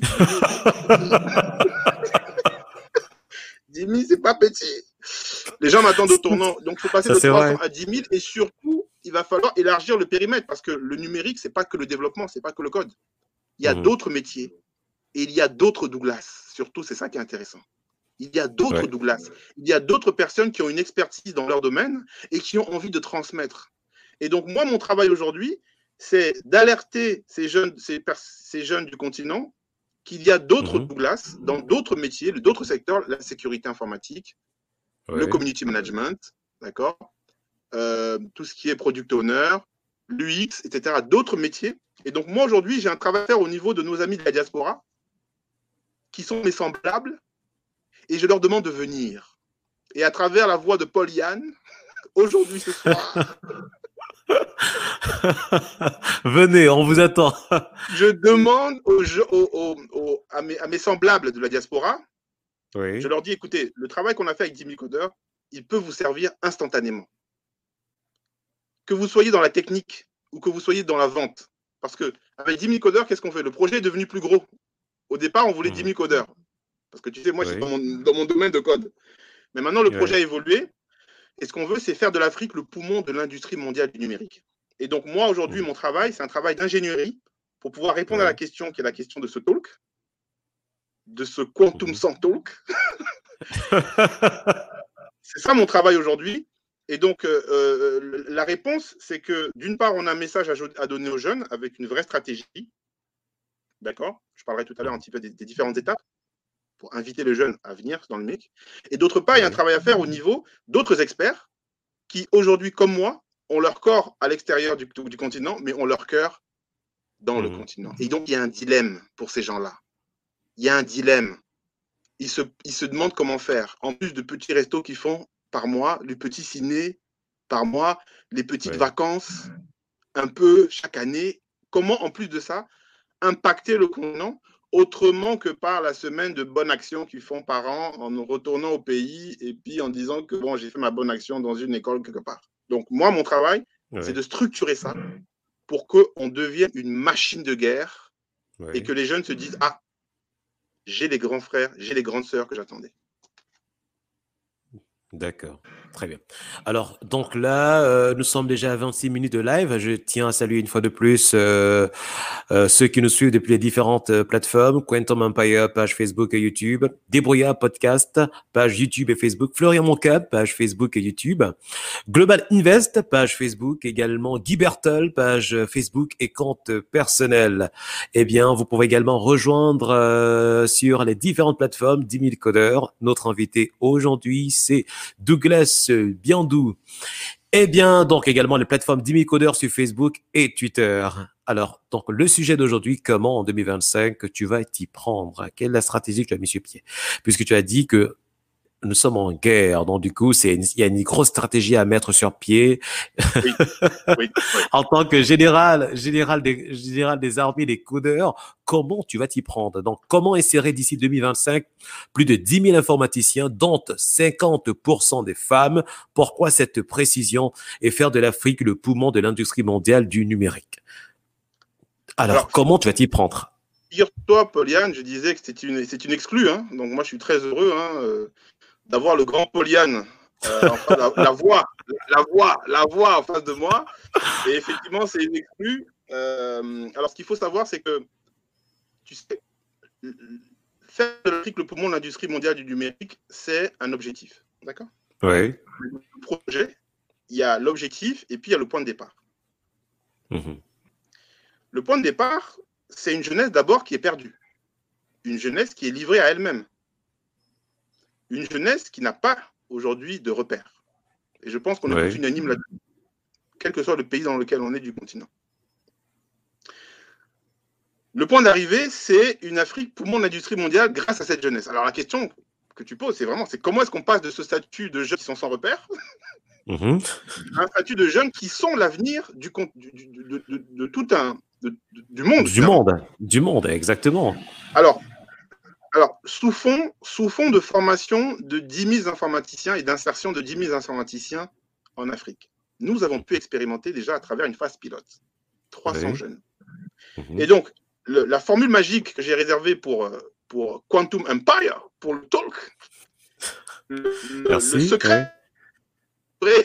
Speaker 2: dix mille, c'est pas petit. Les gens m'attendent au tournant. Donc, il faut passer Ça, de trois cents vrai. à dix mille et surtout, il va falloir élargir le périmètre parce que le numérique, c'est pas que le développement, c'est pas que le code. Il y a mmh. d'autres métiers et il y a d'autres Douglas. Surtout, c'est ça qui est intéressant. Il y a d'autres ouais. Douglas. Il y a d'autres personnes qui ont une expertise dans leur domaine et qui ont envie de transmettre. Et donc, moi, mon travail aujourd'hui, c'est d'alerter ces jeunes, ces, ces jeunes du continent qu'il y a d'autres mmh. Douglas dans d'autres métiers, d'autres secteurs, la sécurité informatique, ouais. le community management, d'accord, euh, tout ce qui est product owner, l'U X, et cetera, d'autres métiers. Et donc, moi, aujourd'hui, j'ai un travail à faire au niveau de nos amis de la diaspora qui sont mes semblables. Et je leur demande de venir. Et à travers la voix de Paul Yann, aujourd'hui, ce soir...
Speaker 1: Venez, on vous attend.
Speaker 2: Je demande aux, aux, aux, aux, à, mes, à mes semblables de la diaspora, oui. je leur dis, écoutez, le travail qu'on a fait avec Jimmy Coder, il peut vous servir instantanément. Que vous soyez dans la technique ou que vous soyez dans la vente. Parce qu'avec Jimmy Coder, qu'est-ce qu'on fait? Le projet est devenu plus gros. Au départ, on voulait mmh. Jimmy Coder. Parce que tu sais, moi, oui. je suis dans mon, dans mon domaine de code. Mais maintenant, le projet oui. a évolué. Et ce qu'on veut, c'est faire de l'Afrique le poumon de l'industrie mondiale du numérique. Et donc, moi, aujourd'hui, mmh. mon travail, c'est un travail d'ingénierie pour pouvoir répondre oui. à la question qui est la question de ce talk, de ce quantum mmh. sans talk. C'est ça mon travail aujourd'hui. Et donc, euh, la réponse, c'est que d'une part, on a un message à, à donner aux jeunes avec une vraie stratégie. D'accord? Je parlerai tout à l'heure un petit peu des, des différentes étapes pour inviter les jeunes à venir dans le M I C. Et d'autre part, il y a un travail à faire au niveau d'autres experts qui, aujourd'hui, comme moi, ont leur corps à l'extérieur du, du continent, mais ont leur cœur dans mmh. le continent. Et donc, il y a un dilemme pour ces gens-là. Il y a un dilemme. Ils se, ils se demandent comment faire. En plus de petits restos qu'ils font par mois, les petits ciné par mois, les petites ouais. vacances, un peu chaque année, comment, en plus de ça, impacter le continent autrement que par la semaine de bonne action qu'ils font par an en retournant au pays et puis en disant que bon, j'ai fait ma bonne action dans une école quelque part. Donc, moi, mon travail, ouais. c'est de structurer ça pour qu'on devienne une machine de guerre ouais. et que les jeunes se disent « Ah, j'ai les grands frères, j'ai les grandes sœurs que j'attendais.
Speaker 1: D'accord, très bien. Alors, donc là, euh, nous sommes déjà à vingt-six minutes de live. Je tiens à saluer une fois de plus euh, euh, ceux qui nous suivent depuis les différentes euh, plateformes. Quantum Empire, page Facebook et YouTube. Débrouillard Podcast, page YouTube et Facebook. Florian Moncap, page Facebook et YouTube. Global Invest, page Facebook également. Guy Bertol, page Facebook et compte personnel. Eh bien, vous pouvez également rejoindre euh, sur les différentes plateformes dix mille codeurs. Notre invité aujourd'hui, c'est Douglas Biandou. Eh bien, donc également les plateformes dix mille codeurs sur Facebook et Twitter. Alors, donc le sujet d'aujourd'hui, comment en deux mille vingt-cinq tu vas t'y prendre? Quelle est la stratégie que tu as mis sur pied? Puisque tu as dit que nous sommes en guerre, donc du coup, c'est il y a une grosse stratégie à mettre sur pied.
Speaker 2: Oui, oui, oui.
Speaker 1: En tant que général, général des, général des armées des codeurs, comment tu vas t'y prendre? Donc, comment insérer d'ici deux mille vingt-cinq plus de dix mille informaticiens, dont cinquante pour cent des femmes? Pourquoi cette précision et faire de l'Afrique le poumon de l'industrie mondiale du numérique? Alors, Alors comment tu vas t'y prendre?
Speaker 2: Figure-toi, Pauliane, je disais que c'est une, c'est une exclue, hein. Donc moi je suis très heureux hein, euh, d'avoir le grand Pauliane, euh, enfin, la, la voix, la voix, la voix en face de moi. Et effectivement, c'est une exclue. Euh, alors ce qu'il faut savoir, c'est que tu sais, faire de l'Afrique le poumon de l'industrie mondiale du numérique, c'est un objectif. D'accord?
Speaker 1: Oui.
Speaker 2: Le projet, il y a l'objectif et puis il y a le point de départ.
Speaker 1: Mmh.
Speaker 2: Le point de départ, c'est une jeunesse d'abord qui est perdue. Une jeunesse qui est livrée à elle-même. Une jeunesse qui n'a pas aujourd'hui de repères. Et je pense qu'on est
Speaker 1: Oui.
Speaker 2: tous unanimes là-dessus, quel que soit le pays dans lequel on est du continent. Le point d'arrivée, c'est une Afrique poumon de l'industrie mondiale grâce à cette jeunesse. Alors la question que tu poses, c'est vraiment, c'est comment est-ce qu'on passe de ce statut de jeunes qui sont sans repères
Speaker 1: Mmh.
Speaker 2: à un statut de jeunes qui sont l'avenir du, du, du, de, de, de tout un de, de, du monde.
Speaker 1: Du monde, du monde, exactement.
Speaker 2: Alors, alors sous fond, sous fond de formation de dix mille informaticiens et d'insertion de dix mille informaticiens en Afrique, nous avons pu expérimenter déjà à travers une phase pilote trois cents oui. jeunes. Mmh. Et donc, le, la formule magique que j'ai réservée pour, pour Quantum Empire, pour le talk, le,
Speaker 1: Merci,
Speaker 2: le secret,
Speaker 1: ouais.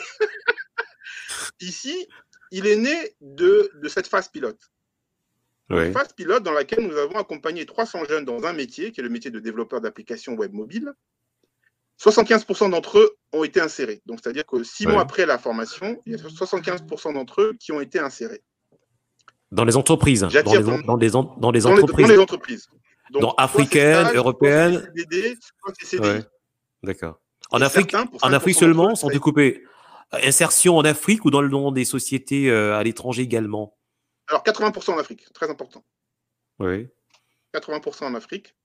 Speaker 2: ici, il est né de, de cette phase pilote.
Speaker 1: Oui.
Speaker 2: Une phase pilote dans laquelle nous avons accompagné trois cents jeunes dans un métier, qui est le métier de développeur d'applications web mobile. soixante-quinze pour cent d'entre eux ont été insérés. Donc, c'est-à-dire que six oui. mois après la formation, il y a soixante-quinze pour cent d'entre eux qui ont été insérés.
Speaker 1: Dans les entreprises dans les,
Speaker 2: ton...
Speaker 1: dans, les, dans les
Speaker 2: dans
Speaker 1: entreprises.
Speaker 2: Les, dans les entreprises.
Speaker 1: Donc, Donc africaines, stages, européennes.
Speaker 2: C D D, C D I.
Speaker 1: Ouais. D'accord. En Et Afrique, en Afrique seulement, sont découpés. Insertion en Afrique ou dans le nom des sociétés euh, à l'étranger également?
Speaker 2: Alors, quatre-vingts pour cent en Afrique, très important.
Speaker 1: Oui.
Speaker 2: quatre-vingts pour cent en Afrique.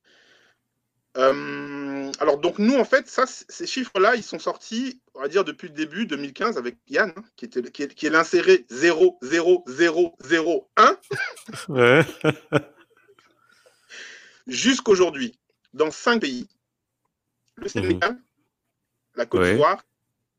Speaker 2: Euh, alors, donc, nous, en fait, ça, ces chiffres-là, ils sont sortis, on va dire, depuis le début, deux mille quinze, avec Yann, hein, qui, était, qui est, qui est l'inséré zéro zéro zéro zéro un.
Speaker 1: Ouais.
Speaker 2: Jusqu'aujourd'hui, dans cinq pays, le Sénégal, mmh. la Côte d'Ivoire, ouais.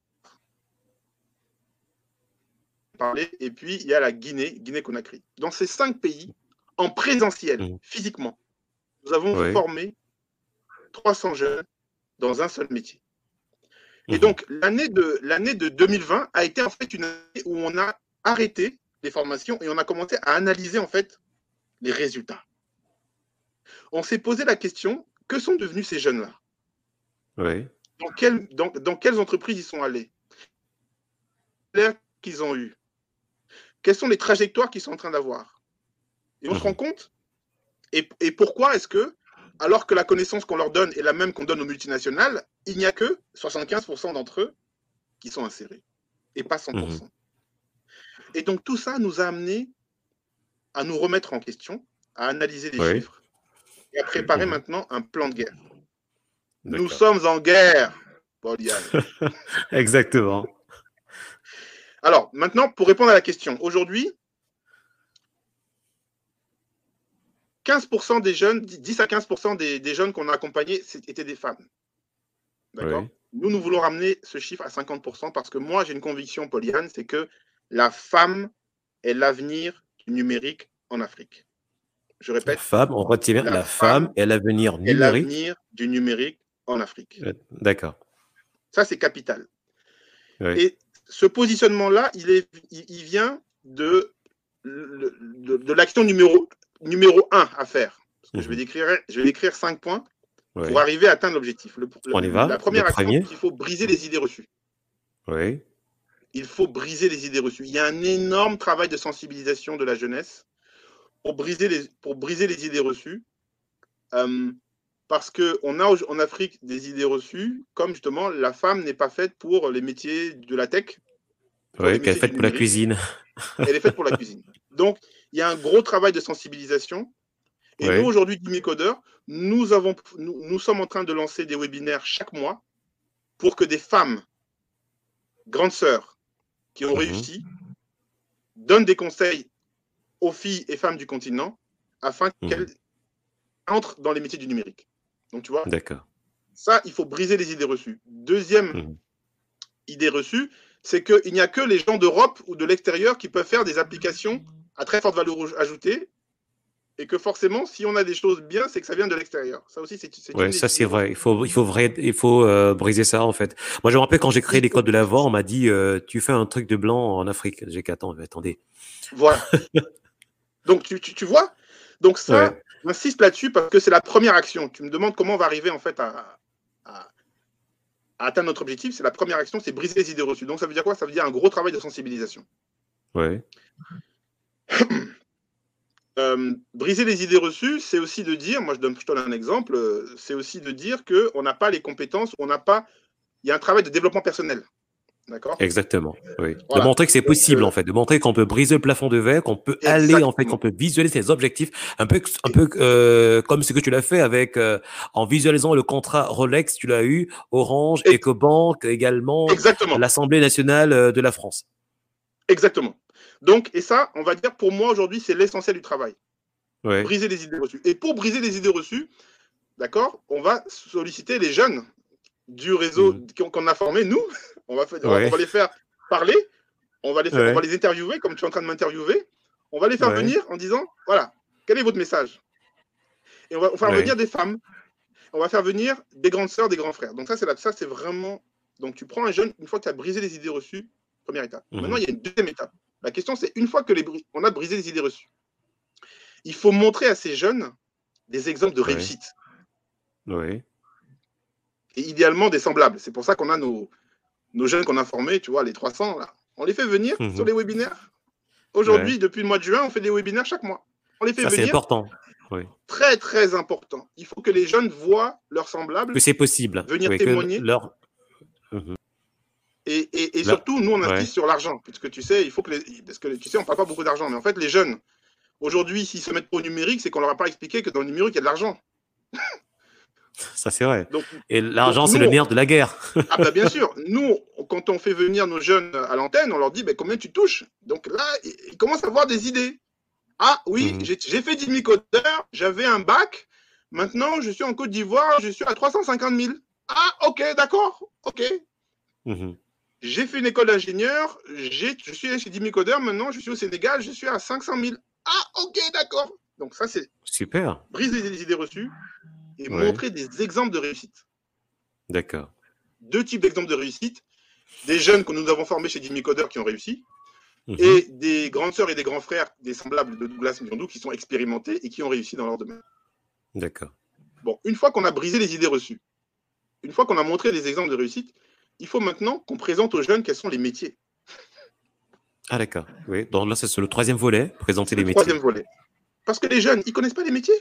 Speaker 2: et puis il y a la Guinée, Guinée-Conakry. Dans ces cinq pays, en présentiel, mmh. physiquement, nous avons ouais. formé trois cents jeunes dans un seul métier. Mmh. Et donc, l'année de, l'année de deux mille vingt a été en fait une année où on a arrêté les formations et on a commencé à analyser en fait les résultats. On s'est posé la question, que sont devenus ces jeunes-là?
Speaker 1: Oui.
Speaker 2: Dans, quel, dans, dans quelles entreprises ils sont allés? L'air qu'ils ont eu? Quelles sont les trajectoires qu'ils sont en train d'avoir? Et on mmh. se rend compte. Et, et pourquoi est-ce que, alors que la connaissance qu'on leur donne est la même qu'on donne aux multinationales, il n'y a que soixante-quinze pour cent d'entre eux qui sont insérés, et pas cent pour cent. Mmh. Et donc tout ça nous a amené à nous remettre en question, à analyser les oui. chiffres, et à préparer mmh. maintenant un plan de guerre. Nous sommes en guerre, Pauliane.
Speaker 1: Exactement.
Speaker 2: Alors, maintenant, pour répondre à la question, aujourd'hui, quinze pour cent des jeunes, dix à quinze pour cent des, des jeunes qu'on a accompagnés étaient des femmes. D'accord? Oui. Nous, nous voulons ramener ce chiffre à cinquante pour cent parce que moi, j'ai une conviction, Pauliane, c'est que la femme est l'avenir du numérique en Afrique. Je
Speaker 1: La
Speaker 2: répète,
Speaker 1: femme, on retient bien,
Speaker 2: la
Speaker 1: la femme
Speaker 2: femme
Speaker 1: est l'avenir
Speaker 2: est
Speaker 1: numérique.
Speaker 2: l'avenir du numérique en Afrique.
Speaker 1: Euh, D'accord.
Speaker 2: Ça, c'est capital.
Speaker 1: Oui.
Speaker 2: Et ce positionnement-là, il, est, il, il vient de, de, de l'action numéro, numéro un à faire. Parce que je vais
Speaker 1: Mhm.
Speaker 2: décrire, je vais décrire cinq points pour
Speaker 1: Oui.
Speaker 2: arriver à atteindre l'objectif. Le,
Speaker 1: On y
Speaker 2: le, la
Speaker 1: va. Le
Speaker 2: première action,
Speaker 1: premier.
Speaker 2: c'est qu'il faut briser les idées reçues.
Speaker 1: Oui.
Speaker 2: Il faut briser les idées reçues. Il y a un énorme travail de sensibilisation de la jeunesse pour briser les, pour briser les idées reçues. Euh, parce qu'on a en Afrique des idées reçues, comme justement la femme n'est pas faite pour les métiers de la tech, pour les
Speaker 1: Oui, qu'elle est
Speaker 2: métiers du
Speaker 1: faite pour la
Speaker 2: numérique,
Speaker 1: cuisine.
Speaker 2: elle est faite pour la cuisine. Donc, il y a un gros travail de sensibilisation. Et nous,
Speaker 1: Oui.
Speaker 2: aujourd'hui, Dimicodeur, nous, avons, nous, nous sommes en train de lancer des webinaires chaque mois pour que des femmes, grandes sœurs, qui ont
Speaker 1: Mhm.
Speaker 2: réussi, donnent des conseils aux filles et femmes du continent afin
Speaker 1: Mhm.
Speaker 2: qu'elles entrent dans les métiers du numérique. Donc, tu vois,
Speaker 1: D'accord.
Speaker 2: ça, il faut briser les idées reçues. Deuxième
Speaker 1: Mhm.
Speaker 2: idée reçue, c'est qu'il n'y a que les gens d'Europe ou de l'extérieur qui peuvent faire des applications à très forte valeur ajoutée et que forcément, si on a des choses bien, c'est que ça vient de l'extérieur. Ça aussi, c'est une
Speaker 1: Ouais,
Speaker 2: des
Speaker 1: ça
Speaker 2: idées
Speaker 1: c'est vrai. Il
Speaker 2: reçues.
Speaker 1: faut, il faut vrai, il faut euh, briser ça en fait. Moi, je me rappelle quand j'ai créé
Speaker 2: Il
Speaker 1: l'école
Speaker 2: faut...
Speaker 1: de la voix, on m'a dit euh, tu fais un truc de blanc en Afrique. J'ai dit attends, mais attendez.
Speaker 2: Voilà. Donc, tu, tu, tu vois. Donc ça,
Speaker 1: Ouais.
Speaker 2: j'insiste là-dessus parce que c'est la première action. Tu me demandes comment on va arriver en fait à, à, à atteindre notre objectif. C'est la première action, c'est briser les idées reçues. Donc ça veut dire quoi? Ça veut dire un gros travail de sensibilisation.
Speaker 1: Ouais.
Speaker 2: Euh, briser les idées reçues, c'est aussi de dire, moi je, donne, je donne un exemple, euh, c'est aussi de dire qu'on n'a pas les compétences, on n'a pas, il y a un travail de développement personnel, d'accord?
Speaker 1: Exactement. Oui. De
Speaker 2: Voilà.
Speaker 1: montrer que c'est
Speaker 2: Donc,
Speaker 1: possible en
Speaker 2: euh,
Speaker 1: fait, de montrer qu'on peut briser le plafond de verre, qu'on peut aller en fait, qu'on
Speaker 2: exactement.
Speaker 1: peut visualiser ses objectifs, un peu, un
Speaker 2: Et,
Speaker 1: peu euh, comme ce que tu l'as fait avec euh, en visualisant le contrat Rolex, tu l'as eu, Orange,
Speaker 2: et,
Speaker 1: EcoBank également,
Speaker 2: exactement.
Speaker 1: l'Assemblée nationale euh, de la France.
Speaker 2: Exactement. Donc, et ça, on va dire, pour moi aujourd'hui, c'est l'essentiel du travail.
Speaker 1: Ouais.
Speaker 2: Briser les idées reçues. Et pour briser les idées reçues, d'accord, on va solliciter les jeunes du réseau
Speaker 1: Mhm.
Speaker 2: qu'on a formé, nous, on va, faire, on
Speaker 1: Ouais.
Speaker 2: va les faire parler, on va les, faire, on va
Speaker 1: Ouais.
Speaker 2: les interviewer, comme tu es en train de m'interviewer, on va les faire
Speaker 1: Ouais.
Speaker 2: venir en disant, voilà, quel est votre message? Et on va faire venir
Speaker 1: Ouais.
Speaker 2: des femmes, on va faire venir des grandes sœurs, des grands frères. Donc ça, c'est là, ça, c'est vraiment... Donc tu prends un jeune, une fois que tu as brisé les idées reçues, première étape. Maintenant,
Speaker 1: Mhm.
Speaker 2: il y a une deuxième étape. La question, c'est une fois que les, on a brisé les idées reçues, il faut montrer à ces jeunes des exemples de
Speaker 1: Ouais.
Speaker 2: réussite.
Speaker 1: Ouais.
Speaker 2: Et idéalement des semblables. C'est pour ça qu'on a nos, nos jeunes qu'on a formés, tu vois, les trois cents, là. On les fait venir sur
Speaker 1: Mhm.
Speaker 2: les webinaires.
Speaker 1: Ouais.
Speaker 2: Aujourd'hui, depuis le mois de juin, on fait des webinaires chaque mois. On les fait
Speaker 1: Ça c'est
Speaker 2: venir.
Speaker 1: important. Oui.
Speaker 2: Très, très important. Il faut que les jeunes voient leurs
Speaker 1: Que
Speaker 2: semblables
Speaker 1: c'est possible.
Speaker 2: venir
Speaker 1: Oui. Que
Speaker 2: témoigner.
Speaker 1: leur. Mhm.
Speaker 2: Et, et, et
Speaker 1: Leur-
Speaker 2: surtout, nous, on
Speaker 1: Ouais.
Speaker 2: insiste sur l'argent. Puisque tu sais, il faut que les... Parce que tu sais, on ne parle pas beaucoup d'argent. Mais en fait, les jeunes, aujourd'hui, s'ils se mettent au numérique, c'est qu'on ne leur a pas expliqué que dans le numérique, il y a de l'argent.
Speaker 1: Ça c'est vrai.
Speaker 2: Donc,
Speaker 1: Et
Speaker 2: donc
Speaker 1: l'argent c'est le
Speaker 2: nous,
Speaker 1: nerf de la guerre.
Speaker 2: ah bah bien sûr, nous, quand on fait venir nos jeunes à l'antenne, on leur dit bah, combien tu touches. Donc là, ils commencent à avoir des idées. Ah oui,
Speaker 1: Mhm.
Speaker 2: j'ai fait dix mille codeurs, j'avais un bac, maintenant je suis en Côte d'Ivoire, je suis à trois cent cinquante mille. Ah ok, d'accord, ok.
Speaker 1: Mhm.
Speaker 2: J'ai fait une école d'ingénieur, je suis chez dix mille codeurs, maintenant je suis au Sénégal, je suis à cinq cent mille. Ah ok, d'accord. Donc ça c'est
Speaker 1: Super.
Speaker 2: briser les idées reçues et
Speaker 1: Ouais.
Speaker 2: montrer des exemples de réussite.
Speaker 1: D'accord.
Speaker 2: Deux types d'exemples de réussite. Des jeunes que nous avons formés chez dix mille codeurs qui ont réussi,
Speaker 1: Mhm.
Speaker 2: et des grandes sœurs et des grands frères, des semblables de Douglas Miondou, qui sont expérimentés et qui ont réussi dans leur domaine.
Speaker 1: D'accord.
Speaker 2: Bon, une fois qu'on a brisé les idées reçues, une fois qu'on a montré des exemples de réussite, il faut maintenant qu'on présente aux jeunes quels sont les métiers.
Speaker 1: Ah d'accord. Oui. Donc là c'est le troisième volet, présenter
Speaker 2: C'est
Speaker 1: les
Speaker 2: le troisième
Speaker 1: métiers.
Speaker 2: volet. Parce que les jeunes, ils ne connaissent pas les métiers.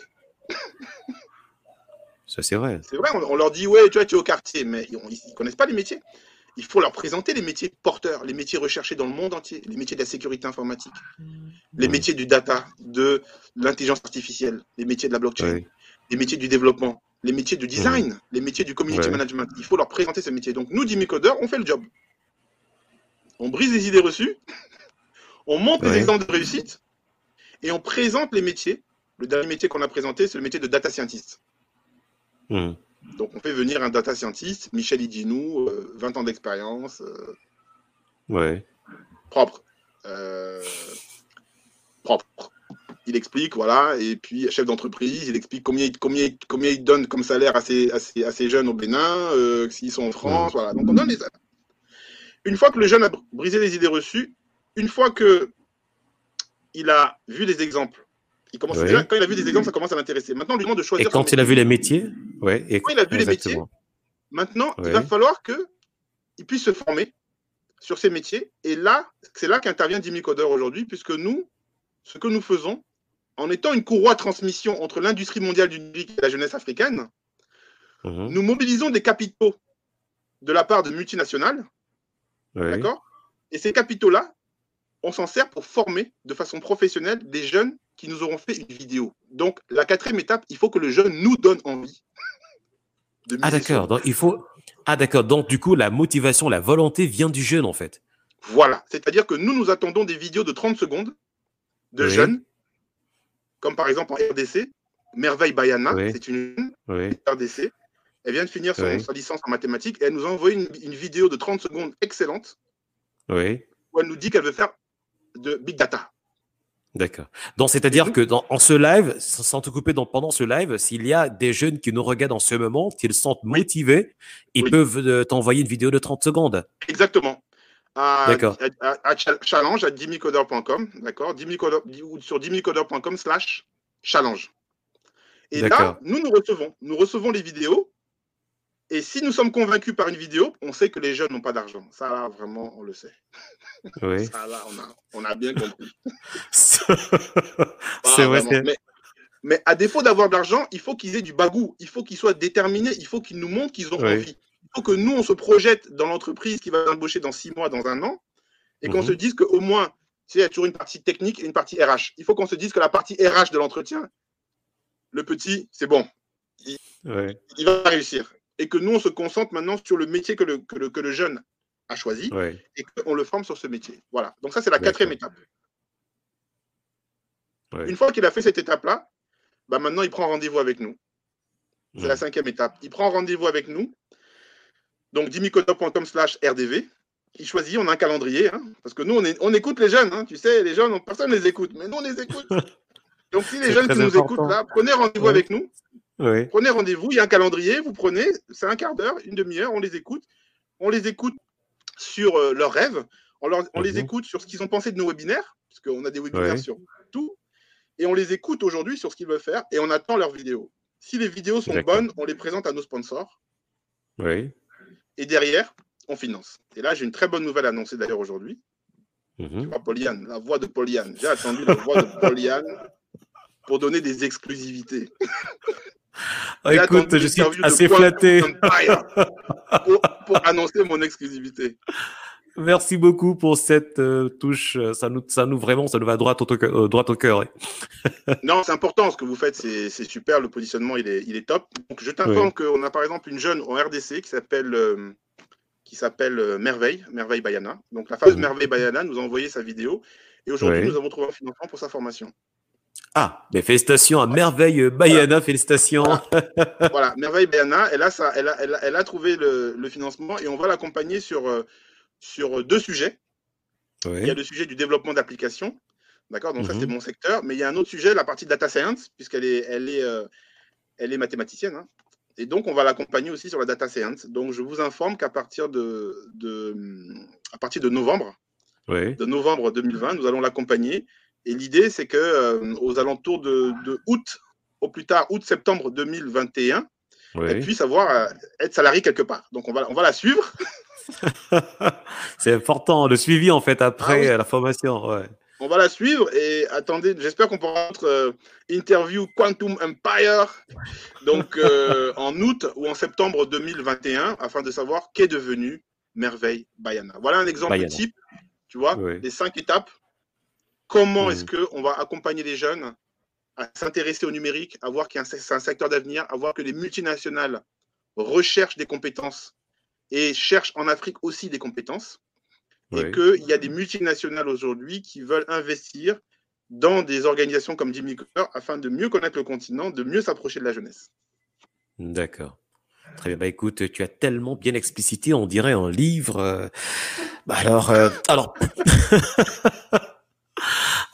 Speaker 1: Ça c'est vrai.
Speaker 2: C'est vrai, on, on leur dit, ouais, tu vois, tu es au quartier, mais ils ne connaissent pas les métiers. Il faut leur présenter les métiers porteurs, les métiers recherchés dans le monde entier, les métiers de la sécurité informatique, les
Speaker 1: Mhm.
Speaker 2: métiers du data, de l'intelligence artificielle, les métiers de la blockchain,
Speaker 1: Oui.
Speaker 2: les métiers du développement, les métiers du
Speaker 1: Mhm.
Speaker 2: design, les métiers du community
Speaker 1: Ouais.
Speaker 2: management. Il faut leur présenter ces métiers. Donc nous, dix mille codeurs, on fait le job. On brise les idées reçues, on montre les
Speaker 1: Ouais.
Speaker 2: exemples de réussite et on présente les métiers. Le dernier métier qu'on a présenté, c'est le métier de data scientist.
Speaker 1: Mhm.
Speaker 2: Donc on fait venir un data scientist, Michel Idjinou, euh, vingt ans d'expérience, euh,
Speaker 1: Ouais.
Speaker 2: propre. Euh, propre. il explique, voilà, et puis chef d'entreprise, il explique combien, combien, combien il donne comme salaire à ses, à ses, à ses jeunes au Bénin, euh, s'ils sont en France, mmh. voilà. Donc on donne les salaires. Une fois que le jeune a brisé les idées reçues, une fois que il a vu les exemples, il commence, oui. quand il a vu des exemples, ça commence à l'intéresser. Maintenant, on lui demande de choisir.
Speaker 1: Et quand il a vu les métiers, ouais, et
Speaker 2: quand il a vu exactement. les métiers, maintenant, oui. il va falloir qu'il puisse se former sur ces métiers. Et là, c'est là qu'intervient DIMICODER aujourd'hui, puisque nous, ce que nous faisons, en étant une courroie de transmission entre l'industrie mondiale du numérique et la jeunesse africaine, mmh. nous mobilisons des capitaux de la part de multinationales, oui. d'accord ? Et ces capitaux-là, on s'en sert pour former de façon professionnelle des jeunes qui nous auront fait une vidéo. Donc, la quatrième étape, il faut que le jeune nous donne envie.
Speaker 1: De ah d'accord, donc il faut... Ah d'accord, donc du coup, la motivation, la volonté vient du jeune en fait.
Speaker 2: Voilà, c'est-à-dire que nous, nous attendons des vidéos de trente secondes de oui. jeunes, comme par exemple en R D C, Merveille Bayana, oui. c'est une oui. R D C. Elle vient de finir son, oui. sa licence en mathématiques et elle nous a envoyé une, une vidéo de trente secondes excellente
Speaker 1: oui.
Speaker 2: où elle nous dit qu'elle veut faire de big data.
Speaker 1: D'accord. Donc, c'est-à-dire que dans en ce live, sans te couper, donc pendant ce live, s'il y a des jeunes qui nous regardent en ce moment, qui se sentent oui. motivés, ils oui. peuvent euh, t'envoyer une vidéo de trente secondes.
Speaker 2: Exactement. À, à, à, à challenge à dimicoder point com, d'accord, ou sur dimicoder point com slash challenge. Et là, nous, nous recevons, nous recevons les vidéos. Et si nous sommes convaincus par une vidéo, on sait que les jeunes n'ont pas d'argent. Ça, là, vraiment, on le sait.
Speaker 1: Oui.
Speaker 2: Ça, là, on a, on a bien compris.
Speaker 1: C'est
Speaker 2: ah,
Speaker 1: vrai.
Speaker 2: Mais, mais à défaut d'avoir de l'argent, il faut qu'ils aient du bagou. Il faut qu'ils soient déterminés. Il faut qu'ils nous montrent qu'ils ont oui. envie. Il faut que nous, on se projette dans l'entreprise qui va embaucher dans six mois, dans un an, et qu'on mm-hmm. se dise qu'au moins, tu sais, il y a toujours une partie technique et une partie R H. Il faut qu'on se dise que la partie R H de l'entretien, le petit, c'est bon. Il,
Speaker 1: oui.
Speaker 2: il va réussir. Et que nous, on se concentre maintenant sur le métier que le, que le, que le jeune a choisi
Speaker 1: oui.
Speaker 2: et qu'on le forme sur ce métier. Voilà. Donc ça, c'est la quatrième étape.
Speaker 1: Oui.
Speaker 2: Une fois qu'il a fait cette étape-là, bah maintenant, il prend rendez-vous avec nous. C'est mmh. la cinquième étape. Il prend rendez-vous avec nous. Donc, dimicoder point com slash R D V. Il choisit, on a un calendrier. Hein, parce que nous, on, est, on écoute les jeunes. Hein, tu sais, les jeunes, personne ne les écoute. Mais nous, on les écoute. Donc, si les jeunes qui nous important. écoutent là, prenez rendez-vous oui. avec nous.
Speaker 1: Oui.
Speaker 2: Prenez rendez-vous, il y a un calendrier, vous prenez, c'est un quart d'heure, une demi-heure, on les écoute. On les écoute sur euh, leurs rêves, on, leur, on mm-hmm. les écoute sur ce qu'ils ont pensé de nos webinaires, parce qu'on a des webinaires oui. sur tout, et on les écoute aujourd'hui sur ce qu'ils veulent faire, et on attend leurs vidéos. Si les vidéos sont bonnes, on les présente à nos sponsors.
Speaker 1: Oui.
Speaker 2: Et derrière, on finance. Et là, j'ai une très bonne nouvelle à annoncer d'ailleurs aujourd'hui.
Speaker 1: Mm-hmm.
Speaker 2: Tu vois, Pauliane, la voix de Pauliane. J'ai attendu la voix de Pauliane pour donner des exclusivités.
Speaker 1: Ah, écoute, je suis assez flatté.
Speaker 2: Pour, pour annoncer mon exclusivité.
Speaker 1: Merci beaucoup pour cette euh, touche. Ça nous, ça nous vraiment, ça nous va droit au, euh, droit au cœur.
Speaker 2: Non, c'est important ce que vous faites, c'est super. Le positionnement, il est, il est top. Donc, je t'informe oui. qu'on a par exemple une jeune en R D C qui s'appelle euh, qui s'appelle euh, Merveille, Merveille Bayana. Donc, la phase mmh. Merveille Bayana nous a envoyé sa vidéo et aujourd'hui, oui. nous avons trouvé un financement pour sa formation.
Speaker 1: Ah, mais félicitations à Merveille Bayana, voilà. félicitations.
Speaker 2: Voilà. voilà, Merveille Bayana, elle a, ça, elle a, elle a, elle a trouvé le, le financement et on va l'accompagner sur, euh, sur deux sujets. Oui. Il y a le sujet du développement d'applications, d'accord, donc mm-hmm. ça c'est mon secteur, mais il y a un autre sujet, la partie data science, puisqu'elle est, elle est, euh, elle est mathématicienne, hein. Et donc on va l'accompagner aussi sur la data science. Donc je vous informe qu'à partir de, de, à partir de novembre,
Speaker 1: oui.
Speaker 2: de novembre deux mille vingt, nous allons l'accompagner. Et l'idée, c'est que euh, aux alentours de, de août, au plus tard, août-septembre deux mille vingt et un, oui. elle puisse avoir, euh, être salariée quelque part. Donc, on va, on va la suivre.
Speaker 1: C'est important, le suivi, en fait, après ah, oui. la formation. Ouais.
Speaker 2: On va la suivre et attendez, j'espère qu'on pourra notre euh, interview Quantum Empire, donc euh, en août ou en septembre deux mille vingt et un, afin de savoir qu'est devenu Merveille Bayana. Voilà un exemple Bayana. type, tu vois, oui. les cinq étapes. Comment mmh. est-ce qu'on va accompagner les jeunes à s'intéresser au numérique, à voir qu'il y a un, c'est un secteur d'avenir, à voir que les multinationales recherchent des compétences et cherchent en Afrique aussi des compétences, oui. et qu'il y a des multinationales aujourd'hui qui veulent investir dans des organisations comme DIMICODER afin de mieux connaître le continent, de mieux s'approcher de la jeunesse.
Speaker 1: D'accord. Très bien. Bah, écoute, tu as tellement bien explicité, on dirait un livre. Euh... Bah, alors, euh... alors... Alors,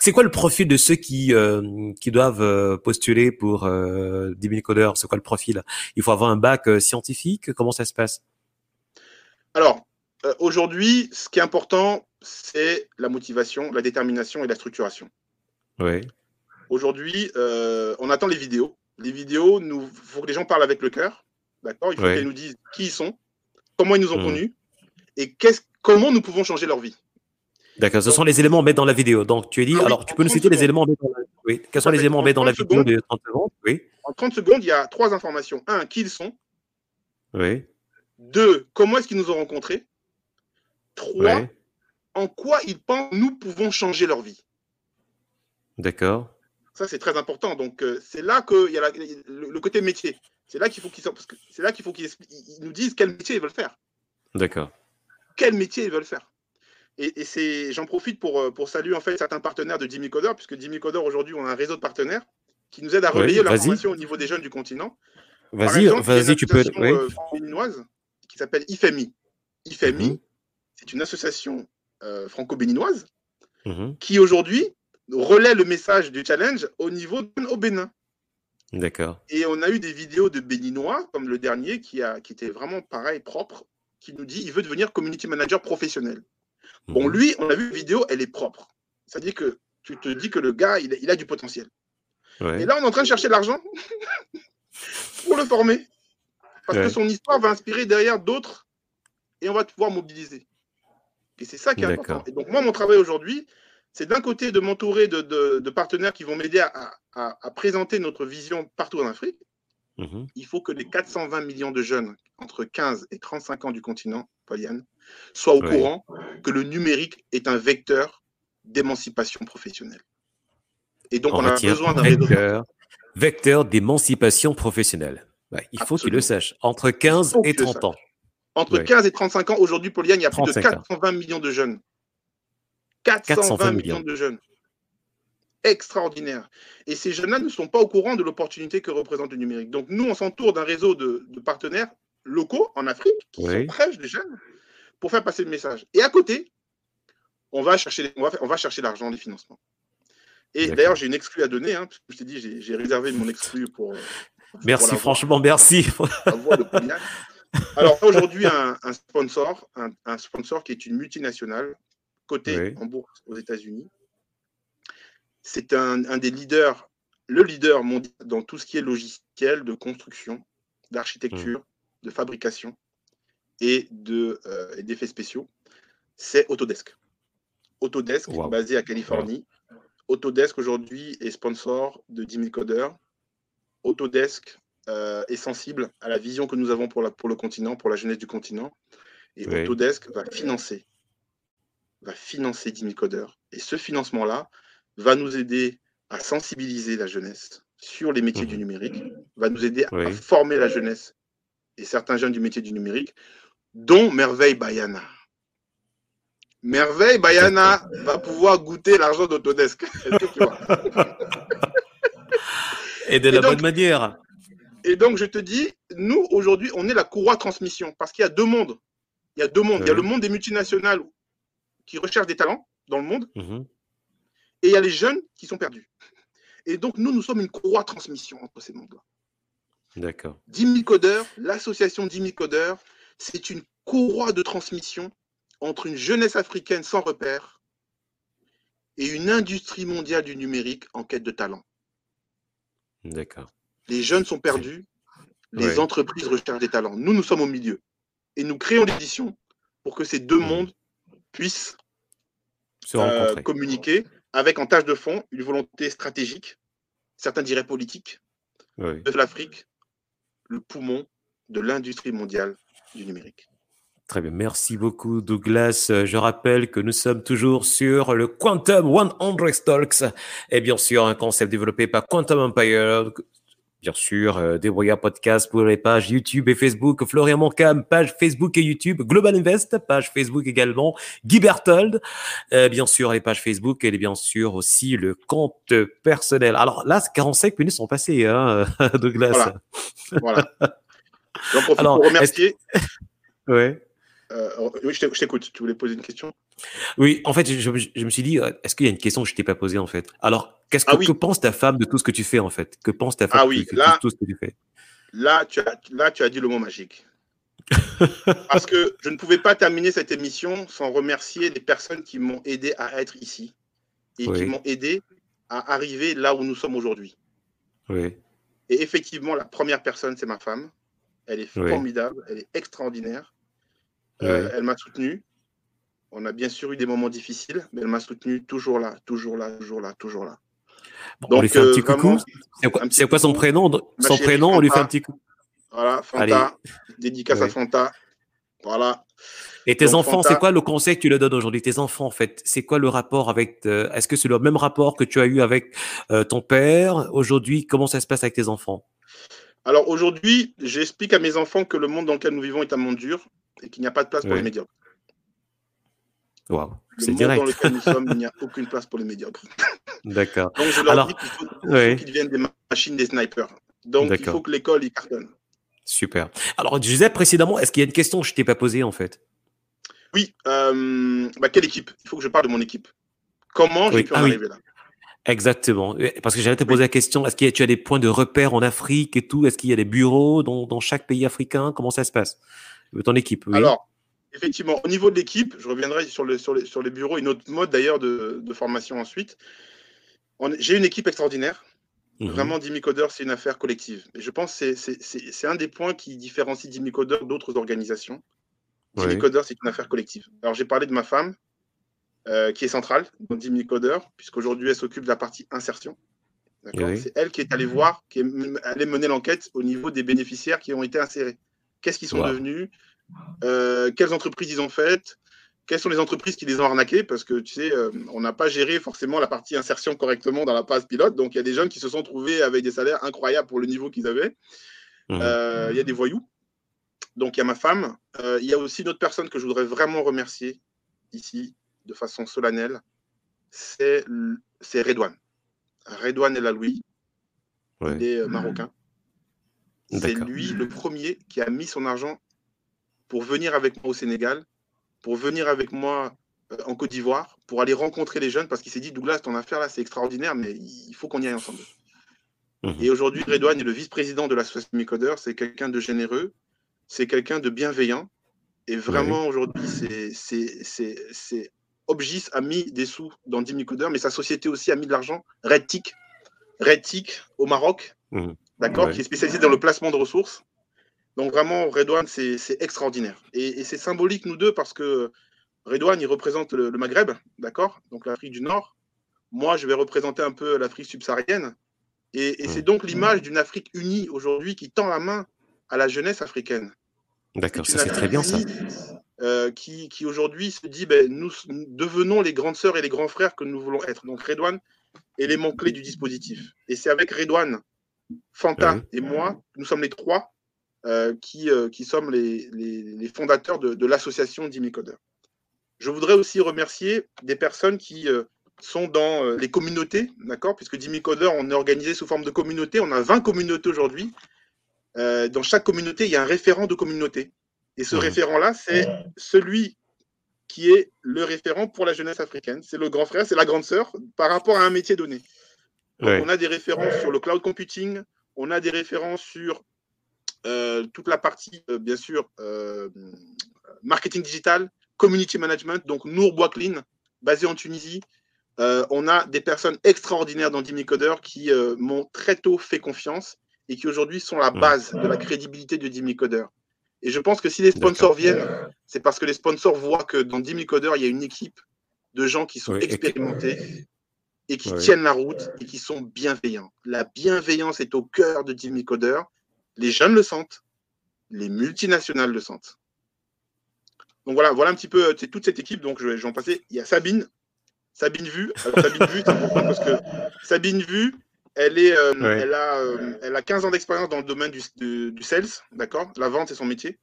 Speaker 1: c'est quoi le profil de ceux qui euh, qui doivent euh, postuler pour euh, dix mille codeurs? C'est quoi le profil? Il faut avoir un bac euh, scientifique? Comment ça se passe?
Speaker 2: Alors, euh, aujourd'hui, ce qui est important, c'est la motivation, la détermination et la structuration.
Speaker 1: Oui.
Speaker 2: Aujourd'hui, euh, on attend les vidéos. Les vidéos, il faut que les gens parlent avec le cœur. D'accord. Il faut
Speaker 1: oui.
Speaker 2: qu'elles nous disent qui ils sont, comment ils nous ont
Speaker 1: Mmh.
Speaker 2: connus et comment nous pouvons changer leur vie.
Speaker 1: D'accord, ce Donc, sont les éléments à mettre dans la vidéo. Donc, tu as dit, ah oui, alors tu peux nous citer secondes. les éléments à mettre dans la vidéo. Oui. Quels sont les éléments à mettre dans la vidéo de trente secondes? Oui.
Speaker 2: En trente secondes, il y a trois informations. Un, qui ils sont.
Speaker 1: Oui.
Speaker 2: Deux, comment est-ce qu'ils nous ont rencontrés. Trois,
Speaker 1: oui.
Speaker 2: en quoi ils pensent que nous pouvons changer leur vie.
Speaker 1: D'accord.
Speaker 2: Ça, c'est très important. Donc, euh, c'est là qu'il y a la, le, le côté métier. C'est là qu'il faut qu'ils c'est là qu'il faut qu'ils ils nous disent quel métier ils veulent faire.
Speaker 1: D'accord.
Speaker 2: Quel métier ils veulent faire. Et, et c'est, j'en profite pour, pour saluer en fait certains partenaires de Jimmy Coder, puisque Jimmy Coder, aujourd'hui, on a un réseau de partenaires qui nous aide à relayer oui, l'information au niveau des jeunes du continent.
Speaker 1: Vas-y, vas-y, tu peux. Oui.
Speaker 2: Euh, franco-béninoise qui s'appelle I F M I. I F M I, mm-hmm. c'est une association euh, franco-béninoise mm-hmm. qui aujourd'hui relaie le message du challenge au niveau de, au Bénin.
Speaker 1: D'accord.
Speaker 2: Et on a eu des vidéos de Béninois, comme le dernier, qui, a, qui était vraiment pareil, propre, qui nous dit il veut devenir community manager professionnel. Mm-hmm. Bon, lui, on a vu la vidéo, elle est propre. C'est-à-dire que tu te dis que le gars, il a, il a du potentiel. Ouais. Et là, on est en train de chercher de l'argent pour le former. Parce ouais. que son histoire va inspirer derrière d'autres et on va pouvoir mobiliser. Et c'est ça qui est important. Et donc, moi, mon travail aujourd'hui, c'est d'un côté de m'entourer de, de, de partenaires qui vont m'aider à, à, à présenter notre vision partout en Afrique. Mm-hmm. Il faut que les quatre cent vingt millions de jeunes entre quinze et trente-cinq ans du continent, Pauliane, soient au ouais. courant que le numérique est un vecteur d'émancipation professionnelle. Et donc, on, on a besoin d'un
Speaker 1: vecteur, vecteur d'émancipation professionnelle. Ouais, il faut qu'ils le sachent. Entre quinze et trente ans.
Speaker 2: Entre ouais. quinze et trente-cinq ans, aujourd'hui, Pauliane, il y a plus de quatre cent vingt ans. Millions de jeunes. quatre cent vingt millions de jeunes. Extraordinaire. Et ces jeunes-là ne sont pas au courant de l'opportunité que représente le numérique. Donc, nous, on s'entoure d'un réseau de, de partenaires locaux en Afrique qui oui. sont prêches des jeunes pour faire passer le message. Et à côté, on va chercher, on va, on va chercher l'argent, les financements. Et d'ailleurs, j'ai une exclue à donner. Hein, parce que je t'ai dit, j'ai réservé mon exclu pour.
Speaker 1: Merci, pour franchement, merci.
Speaker 2: La voix de Pauliane. Alors, aujourd'hui, un, un sponsor, un, un sponsor qui est une multinationale, cotée oui. en bourse aux États-Unis. C'est un, un des leaders, le leader mondial dans tout ce qui est logiciel de construction, d'architecture, mmh. de fabrication et de, euh, d'effets spéciaux. C'est Autodesk. Autodesk, wow. basé à Californie. Wow. Autodesk, aujourd'hui, est sponsor de dix mille codeurs. Autodesk euh, est sensible à la vision que nous avons pour, la, pour le continent, pour la jeunesse du continent. Et oui. Autodesk va financer, va financer dix mille codeurs. Et ce financement-là va nous aider à sensibiliser la jeunesse sur les métiers mmh. du numérique, va nous aider oui. à former la jeunesse et certains jeunes du métier du numérique, dont Merveille Bayana. Merveille Bayana va pouvoir goûter l'argent d'Autodesk. Est-ce que tu vois?
Speaker 1: Et de la et donc, bonne manière.
Speaker 2: Et donc, je te dis, nous, aujourd'hui, on est la courroie transmission parce qu'il y a deux mondes. Il y a deux mondes. Oui. Il y a le monde des multinationales qui recherchent des talents dans le monde mmh. et il y a les jeunes qui sont perdus. Et donc, nous, nous sommes une courroie transmission entre ces mondes-là.
Speaker 1: D'accord.
Speaker 2: dix mille codeurs, l'association dix mille codeurs, c'est une courroie de transmission entre une jeunesse africaine sans repère et une industrie mondiale du numérique en quête de talent.
Speaker 1: D'accord.
Speaker 2: Les jeunes sont perdus, les ouais. entreprises recherchent des talents. Nous, nous sommes au milieu. Et nous créons l'édition pour que ces deux mmh. mondes puissent
Speaker 1: se rencontrer.
Speaker 2: Euh, communiquer avec en tâche de fond une volonté stratégique, certains diraient politique, oui. de l'Afrique, le poumon de l'industrie mondiale du numérique.
Speaker 1: Très bien, merci beaucoup Douglas. Je rappelle que nous sommes toujours sur le Quantum cent Talks et bien sûr un concept développé par Quantum Empire. Bien sûr, euh, Débrouillard Podcast pour les pages YouTube et Facebook, Florian Moncam, page Facebook et YouTube, Global Invest, page Facebook également, Guy Berthold, euh, bien sûr les pages Facebook et bien sûr aussi le compte personnel. Alors là, quarante-cinq minutes sont passées, hein, Douglas.
Speaker 2: Voilà. voilà. J'en profite Alors, pour remercier.
Speaker 1: ouais.
Speaker 2: Euh, oui, je t'écoute. Tu voulais poser une question?
Speaker 1: Oui, en fait, je, je- je me suis dit, euh, est-ce qu'il y a une question que je t'ai pas posée en fait? Alors, qu'est-ce que,
Speaker 2: Ah
Speaker 1: que
Speaker 2: oui,
Speaker 1: pense ta femme de tout ce que tu fais en fait? Que pense ta femme
Speaker 2: ah
Speaker 1: que,
Speaker 2: oui,
Speaker 1: que tout,
Speaker 2: là,
Speaker 1: tout ce que tu fais?
Speaker 2: là, tu as, là, tu as dit le mot magique. Parce que je ne pouvais pas terminer cette émission sans remercier les personnes qui m'ont aidé à être ici et qui
Speaker 1: Oui,
Speaker 2: m'ont aidé à arriver là où nous sommes aujourd'hui.
Speaker 1: oui,
Speaker 2: Et effectivement, la première personne, c'est ma femme. Elle est
Speaker 1: oui,
Speaker 2: formidable, elle est extraordinaire. Euh,
Speaker 1: oui.
Speaker 2: elle m'a soutenu. On a bien sûr eu des moments difficiles, mais elle m'a soutenu toujours là, toujours là, toujours là, toujours là.
Speaker 1: Bon, on lui
Speaker 2: Donc,
Speaker 1: fait un
Speaker 2: euh,
Speaker 1: petit coucou.
Speaker 2: vraiment,
Speaker 1: C'est quoi,
Speaker 2: un petit
Speaker 1: c'est quoi son
Speaker 2: coucou.
Speaker 1: prénom?
Speaker 2: Ma
Speaker 1: Son
Speaker 2: chérie
Speaker 1: prénom, on lui fait un
Speaker 2: Fanta.
Speaker 1: petit coucou.
Speaker 2: Voilà, Fanta.
Speaker 1: Allez,
Speaker 2: Dédicace à
Speaker 1: oui.
Speaker 2: Fanta. Voilà.
Speaker 1: Et tes
Speaker 2: Donc,
Speaker 1: enfants, c'est
Speaker 2: Fanta.
Speaker 1: quoi le conseil que tu leur donnes aujourd'hui? Tes enfants, en fait, c'est quoi le rapport avec, euh, est-ce que c'est le même rapport que tu as eu avec euh, ton père? Aujourd'hui, comment ça se passe avec tes enfants?
Speaker 2: Alors, aujourd'hui, j'explique à mes enfants que le monde dans lequel nous vivons est un monde dur et qu'il n'y a pas de place pour les
Speaker 1: Oui.
Speaker 2: médiocres.
Speaker 1: Waouh,
Speaker 2: Le
Speaker 1: c'est
Speaker 2: monde dans
Speaker 1: direct.
Speaker 2: lequel nous sommes, il n'y a aucune place pour les médiocres.
Speaker 1: D'accord.
Speaker 2: Donc, je leur dis
Speaker 1: Alors,
Speaker 2: qu'il faut, il faut
Speaker 1: oui,
Speaker 2: qu'ils deviennent des machines, des snipers. Donc, il faut
Speaker 1: d'accord.
Speaker 2: que l'école, y cartonne.
Speaker 1: Super. Alors, je disais précédemment, est-ce qu'il y a une question que je t'ai pas posée, en fait?
Speaker 2: Oui, euh, bah, quelle équipe? Il faut que je parle de mon équipe. Comment j'ai
Speaker 1: Oui.
Speaker 2: pu
Speaker 1: Ah
Speaker 2: en
Speaker 1: oui,
Speaker 2: arriver là?
Speaker 1: exactement. Euh, Parce que j'allais te
Speaker 2: Oui.
Speaker 1: poser la question, est-ce que tu as des points de repère en Afrique et tout? Est-ce qu'il y a des bureaux dans, dans chaque pays africain? Comment ça se passe? Euh, Ton équipe, oui.
Speaker 2: Alors, effectivement, au niveau de l'équipe, je reviendrai sur, le, sur, les, sur les bureaux, une autre mode d'ailleurs de, de formation ensuite. J'ai une équipe extraordinaire.
Speaker 1: Mhm.
Speaker 2: Vraiment, Jimmy Coder, c'est une affaire collective. Et je pense que c'est un des points qui différencie Jimmy Coder d'autres organisations. Jimmy
Speaker 1: Oui,
Speaker 2: Coder, c'est une affaire collective. Alors, j'ai parlé de ma femme, euh, qui est centrale dans Jimmy Coder, puisqu'aujourd'hui, elle s'occupe de la partie insertion. D'accord.
Speaker 1: oui,
Speaker 2: C'est elle qui est allée voir, qui est allée mener l'enquête au niveau des bénéficiaires qui ont été insérés. Qu'est-ce qu'ils sont
Speaker 1: waouh.
Speaker 2: devenus? euh, Quelles entreprises ils ont faites? Quelles sont les entreprises qui les ont arnaqués? Parce que tu sais, euh, on n'a pas géré forcément la partie insertion correctement dans la phase pilote. Donc, il y a des jeunes qui se sont trouvés avec des salaires incroyables pour le niveau qu'ils avaient.
Speaker 1: Mhm.
Speaker 2: Euh, Il y a des voyous. Donc, il y a ma femme. Euh, il y a aussi une autre personne que je voudrais vraiment remercier ici, de façon solennelle. C'est Redouane. Redouane El Aloui. Il
Speaker 1: Oui,
Speaker 2: est marocain. C'est
Speaker 1: d'accord.
Speaker 2: lui le premier qui a mis son argent pour venir avec moi au Sénégal, pour venir avec moi euh, en Côte d'Ivoire, pour aller rencontrer les jeunes, parce qu'il s'est dit, Douglas, ton affaire là, c'est extraordinaire, mais il faut qu'on y aille ensemble.
Speaker 1: Mhm.
Speaker 2: Et aujourd'hui, Redouane est le vice-président de l'association Micodeur. C'est quelqu'un de généreux, c'est quelqu'un de bienveillant. Et
Speaker 1: Oui,
Speaker 2: vraiment, aujourd'hui, c'est Obgis a mis des sous dans dix Micodeur, mais sa société aussi a mis de l'argent. Redtic, Redtic au Maroc,
Speaker 1: mhm.
Speaker 2: d'accord, qui
Speaker 1: Oui,
Speaker 2: est spécialisé dans le placement de ressources. Donc vraiment, Redouane, c'est extraordinaire. Et, et c'est symbolique, nous deux, parce que Redouane, il représente le, le Maghreb, d'accord, donc l'Afrique du Nord. Moi, je vais représenter un peu l'Afrique subsaharienne. Et, et c'est
Speaker 1: mhm.
Speaker 2: donc l'image d'une Afrique unie aujourd'hui qui tend la main à la jeunesse africaine.
Speaker 1: D'accord.
Speaker 2: C'est
Speaker 1: Ça,
Speaker 2: une
Speaker 1: c'est très
Speaker 2: Afrique
Speaker 1: bien ça.
Speaker 2: unie euh, qui, qui aujourd'hui se dit ben, nous, nous devenons les grandes sœurs et les grands frères que nous voulons être. Donc Redouane, élément clé du dispositif. Et c'est avec Redouane, Fanta
Speaker 1: Oui,
Speaker 2: et moi, nous sommes les trois euh, qui, euh, qui sommes les, les, les fondateurs de, de l'association Jimmy Coder. Je voudrais aussi remercier des personnes qui euh, sont dans euh, les communautés, d'accord, puisque Jimmy Coder, on est organisé sous forme de communauté. On a vingt communautés aujourd'hui. Euh, dans chaque communauté, il y a un référent de communauté. Et ce
Speaker 1: mhm.
Speaker 2: référent-là, c'est celui qui est le référent pour la jeunesse africaine. C'est le grand frère, c'est la grande sœur par rapport à un métier donné. Donc,
Speaker 1: Oui,
Speaker 2: on a des références sur le cloud computing, on a des références sur euh, toute la partie, euh, bien sûr, euh, marketing digital, community management, donc Nour Bouaklin, basé en Tunisie. Euh, on a des personnes extraordinaires dans Jimmy Coder qui euh, m'ont très tôt fait confiance et qui aujourd'hui sont la
Speaker 1: mhm.
Speaker 2: base de la crédibilité de Jimmy Coder. Et je pense que si les
Speaker 1: D'accord.
Speaker 2: sponsors viennent, c'est parce que les sponsors voient que dans Jimmy Coder, il y a une équipe de gens qui sont
Speaker 1: Oui, et que-
Speaker 2: expérimentés et qui
Speaker 1: oui.
Speaker 2: tiennent la route et qui sont bienveillants. La bienveillance est au cœur de Jimmy Coder. Les jeunes le sentent, les multinationales le sentent. Donc voilà, voilà un petit peu toute cette équipe. Donc je vais en passer. Il y a Sabine, Sabine Vu. Alors Sabine Vu, c'est important parce que Sabine Vu, elle, est, euh,
Speaker 1: Oui.
Speaker 2: elle, a, euh, elle a quinze ans d'expérience dans le domaine du, du, du sales, d'accord. La vente, c'est son métier.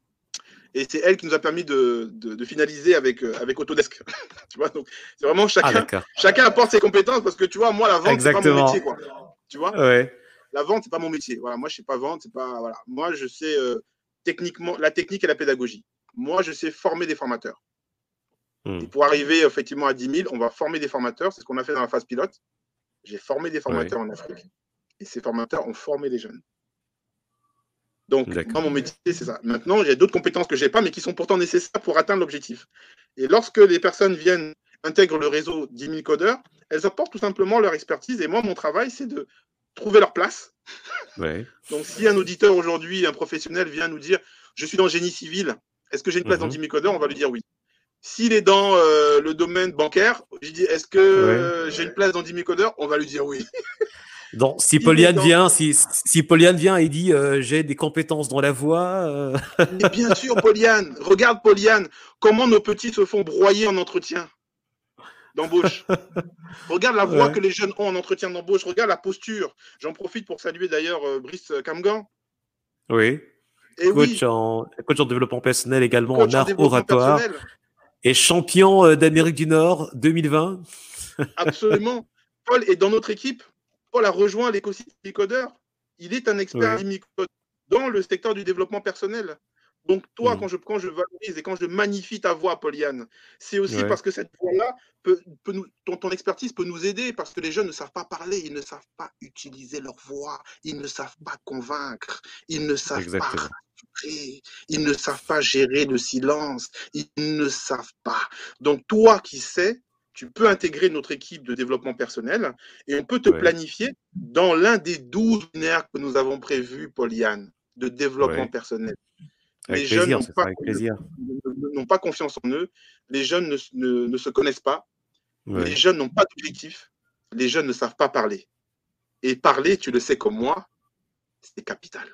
Speaker 2: Et c'est elle qui nous a permis de, de, de finaliser avec, euh, avec Autodesk. Tu vois, donc c'est vraiment
Speaker 1: Ah,
Speaker 2: chacun,
Speaker 1: d'accord.
Speaker 2: chacun apporte ses compétences parce que tu vois, moi, la vente, c'est pas mon métier,
Speaker 1: Exactement.
Speaker 2: quoi. Tu vois,
Speaker 1: Oui.
Speaker 2: la vente, c'est pas mon métier. Voilà, moi, je sais pas vendre, c'est pas, voilà. Moi, je sais euh, techniquement, la technique et la pédagogie. Moi, je sais former des formateurs.
Speaker 1: Mmh.
Speaker 2: Et pour arriver effectivement à dix mille, on va former des formateurs. C'est ce qu'on a fait dans la phase pilote. J'ai formé des formateurs
Speaker 1: Ouais.
Speaker 2: en Afrique et ces formateurs ont formé les jeunes. Donc, moi, mon métier, c'est ça. Maintenant, j'ai d'autres compétences que je n'ai pas, mais qui sont pourtant nécessaires pour atteindre l'objectif. Et lorsque les personnes viennent, intègrent le réseau dix mille codeurs, elles apportent tout simplement leur expertise. Et moi, mon travail, c'est de trouver leur place.
Speaker 1: Ouais.
Speaker 2: Donc, si un auditeur aujourd'hui, un professionnel vient nous dire « Je suis dans le génie civil, est-ce que j'ai une place
Speaker 1: Mmh.
Speaker 2: dans dix mille codeurs ?» On va lui dire oui. S'il est dans euh, le domaine bancaire, je dis « Est-ce que
Speaker 1: Ouais.
Speaker 2: euh, j'ai une place dans dix mille codeurs ?» On va lui dire oui.
Speaker 1: Donc, si
Speaker 2: S'il est
Speaker 1: Poliane
Speaker 2: dans...
Speaker 1: vient, si, si Poliane vient et dit euh, j'ai des compétences dans la voix. Euh...
Speaker 2: Mais bien sûr, Poliane, regarde Poliane, comment nos petits se font broyer en entretien d'embauche. Regarde la voix
Speaker 1: Ouais.
Speaker 2: que les jeunes ont en entretien d'embauche, regarde la posture. J'en profite pour saluer d'ailleurs euh, Brice Kamgan.
Speaker 1: Oui.
Speaker 2: Et
Speaker 1: Coach
Speaker 2: oui,
Speaker 1: en, coach en développement personnel également en
Speaker 2: coach en
Speaker 1: art
Speaker 2: développement
Speaker 1: oratoire
Speaker 2: personnel,
Speaker 1: et champion euh, d'Amérique du Nord deux mille vingt.
Speaker 2: absolument. Paul est dans notre équipe. Paul a rejoint l'écosystème Micodeur. Il est un expert
Speaker 1: Oui.
Speaker 2: Micodeur dans le secteur du développement personnel. Donc, toi,
Speaker 1: Mm.
Speaker 2: quand je, quand je valorise et quand je magnifie ta voix, Poliane, c'est aussi
Speaker 1: Ouais.
Speaker 2: parce que cette voix-là, peut, peut nous, ton, ton expertise peut nous aider parce que les jeunes ne savent pas parler, ils ne savent pas utiliser leur voix, ils ne savent pas convaincre, ils ne savent pas
Speaker 1: Exactement.
Speaker 2: rassurer, ils ne savent pas gérer le silence, ils ne savent pas. Donc, toi qui sais, tu peux intégrer notre équipe de développement personnel et on peut te
Speaker 1: Ouais.
Speaker 2: planifier dans l'un des douze webinaires que nous avons prévus, Poliane, de développement
Speaker 1: Ouais.
Speaker 2: personnel.
Speaker 1: Avec
Speaker 2: Les jeunes
Speaker 1: plaisir,
Speaker 2: n'ont
Speaker 1: ce sera
Speaker 2: pas,
Speaker 1: avec plaisir.
Speaker 2: n'ont pas confiance en eux, les jeunes ne, ne, ne se connaissent pas,
Speaker 1: Ouais.
Speaker 2: les jeunes n'ont pas d'objectif, les jeunes ne savent pas parler. Et parler, tu le sais comme moi, c'est capital.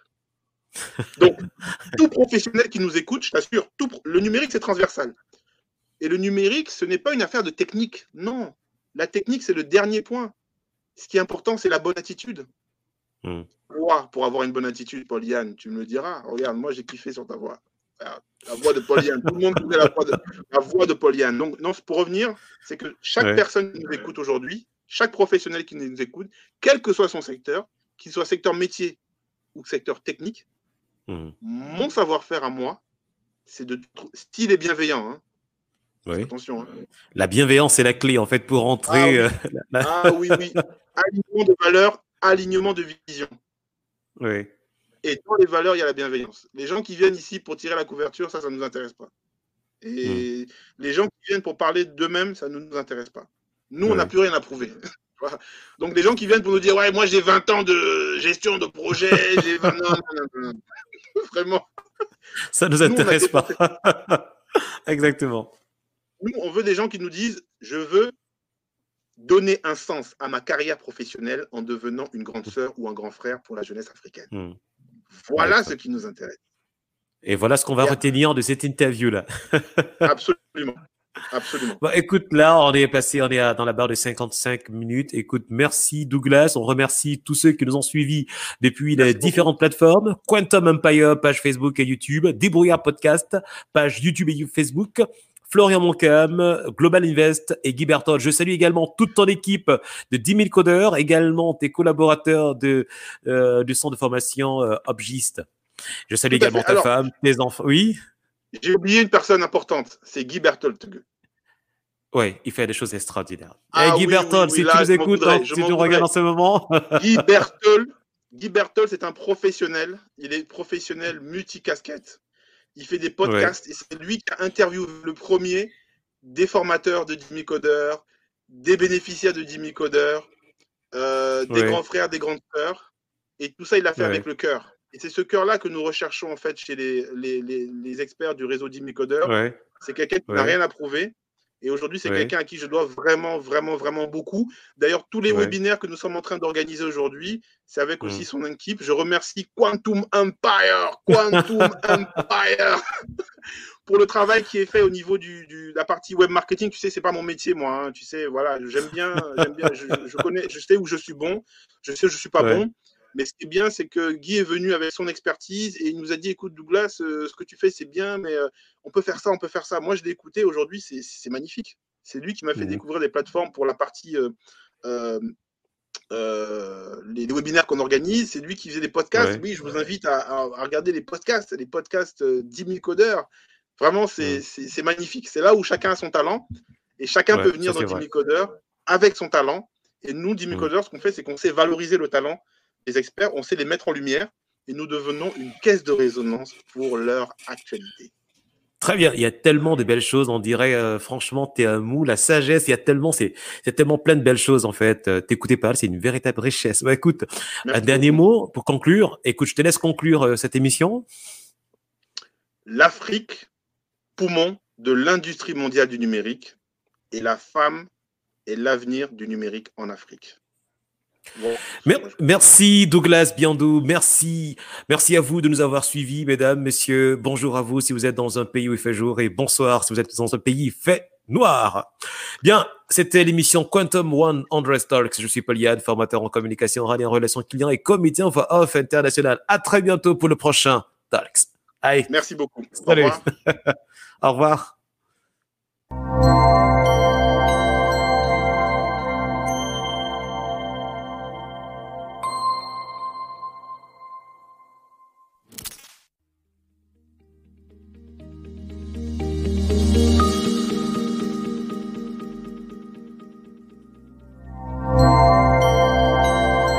Speaker 2: Donc, tout professionnel qui nous écoute, je t'assure, tout, le numérique, c'est transversal. Et le numérique, ce n'est pas une affaire de technique, non. La technique, c'est le dernier point. Ce qui est important, c'est la bonne attitude.
Speaker 1: Mm.
Speaker 2: Toi, pour avoir une bonne attitude, Pauliane, tu me le diras. Regarde, moi, j'ai kiffé sur ta voix. La voix de Pauliane. Tout le monde connaît la voix de, la voix de Pauliane. Donc, non, pour revenir, c'est que chaque
Speaker 1: Ouais.
Speaker 2: personne qui nous écoute aujourd'hui, chaque professionnel qui nous écoute, quel que soit son secteur, qu'il soit secteur métier ou secteur technique,
Speaker 1: Mm.
Speaker 2: mon savoir-faire à moi, c'est de s'il est bienveillant. Hein.
Speaker 1: Oui.
Speaker 2: Attention. Hein.
Speaker 1: La bienveillance est la clé en fait pour entrer.
Speaker 2: Ah oui,
Speaker 1: euh, la...
Speaker 2: ah, oui, oui. Alignement de valeurs, alignement de vision.
Speaker 1: Oui.
Speaker 2: Et dans les valeurs, il y a la bienveillance. Les gens qui viennent ici pour tirer la couverture, ça, ça ne nous intéresse pas. Et mm. les gens qui viennent pour parler d'eux-mêmes, ça ne nous intéresse pas. Nous, ouais. on n'a plus rien à prouver. Donc, les gens qui viennent pour nous dire « Ouais, moi, j'ai vingt ans de gestion de projet, j'ai vingt... » Non, non, non, non. Vraiment.
Speaker 1: Ça ne nous intéresse nous, pas. Exactement.
Speaker 2: Nous, on veut des gens qui nous disent « Je veux donner un sens à ma carrière professionnelle en devenant une grande sœur ou un grand frère pour la jeunesse africaine. Mm. » Voilà ce qui nous intéresse.
Speaker 1: Et voilà ce qu'on va retenir de cette interview-là.
Speaker 2: Absolument. Absolument.
Speaker 1: Bon, écoute, là, on est passé, on est à, dans la barre de cinquante-cinq minutes. Écoute, merci Douglas. On remercie tous ceux qui nous ont suivis depuis merci les beaucoup. différentes plateformes. Quantum Empire, page Facebook et YouTube. Débrouillard Podcast, page YouTube et Facebook. Florian Moncam, Global Invest et Guy Berthold. Je salue également toute ton équipe de dix mille codeurs, également tes collaborateurs de, euh, du centre de formation euh, Obgist. Je salue Tout également ta Alors, femme, tes enfants. Oui.
Speaker 2: J'ai oublié une personne importante, c'est Guy Berthold.
Speaker 1: Oui, il fait des choses extraordinaires.
Speaker 2: Ah,
Speaker 1: hey, Guy
Speaker 2: oui,
Speaker 1: Berthold,
Speaker 2: oui, oui,
Speaker 1: si
Speaker 2: là,
Speaker 1: tu nous écoutes, donc,
Speaker 2: je
Speaker 1: si tu nous regardes en ce moment.
Speaker 2: Guy Berthold, Guy Berthold, c'est un professionnel. Il est professionnel multicasquette. Il fait des podcasts ouais. et c'est lui qui a interviewé le premier des formateurs de dix mille codeurs, des bénéficiaires de dix mille codeurs, euh, des ouais. grands frères, des grandes sœurs. Et tout ça, il l'a fait ouais. avec le cœur. Et c'est ce cœur-là que nous recherchons en fait chez les, les, les, les experts du réseau dix mille codeurs. Ouais. C'est quelqu'un qui ouais. n'a rien à prouver. Et aujourd'hui, c'est ouais. quelqu'un à qui je dois vraiment, vraiment, vraiment beaucoup. D'ailleurs, tous les ouais. webinaires que nous sommes en train d'organiser aujourd'hui, c'est avec aussi mmh. son équipe. Je remercie Quantum Empire, Quantum Empire, pour le travail qui est fait au niveau du, du, de la partie web marketing. Tu sais, c'est pas mon métier, moi. Hein. Tu sais, voilà, j'aime bien, j'aime bien. Je, je connais, je sais où je suis bon, je sais où je suis pas ouais. bon. Mais ce qui est bien, c'est que Guy est venu avec son expertise et il nous a dit, écoute Douglas, euh, ce que tu fais, c'est bien, mais euh, on peut faire ça, on peut faire ça. Moi, je l'ai écouté aujourd'hui, c'est magnifique. C'est lui qui m'a fait mmh. découvrir des plateformes pour la partie, euh, euh, euh, les, les webinaires qu'on organise. C'est lui qui faisait des podcasts. Ouais. Oui, je vous invite à, à, à regarder les podcasts, les podcasts euh, dix mille codeurs. Vraiment, c'est mmh. magnifique. C'est là où chacun a son talent et chacun ouais, peut venir ça, dans Dimicodeur avec son talent. Et nous, Dimicodeur, mmh. ce qu'on fait, c'est qu'on sait valoriser le talent des experts, on sait les mettre en lumière et nous devenons une caisse de résonance pour leur actualité.
Speaker 1: Très bien, il y a tellement de belles choses, on dirait euh, franchement, t'es un mou, la sagesse, il y a tellement, c'est tellement plein de belles choses en fait. Euh, T'écouter parler, c'est une véritable richesse. Bah, écoute, Merci un dernier beaucoup. mot pour conclure. Écoute, je te laisse conclure euh, cette émission.
Speaker 2: L'Afrique, poumon de l'industrie mondiale du numérique, et la femme est l'avenir du numérique en Afrique.
Speaker 1: Bon, merci Douglas Biandou, merci, merci à vous de nous avoir suivis, mesdames, messieurs. Bonjour à vous si vous êtes dans un pays où il fait jour et bonsoir si vous êtes dans un pays où il fait noir. Bien, c'était l'émission Quantum one hundred Talks. Je suis Paul Yann, formateur en communication, radio en relations clients et comité en voix off international. À très bientôt pour le prochain Talks.
Speaker 2: Allez. Merci beaucoup.
Speaker 1: Salut. Au revoir. Au revoir.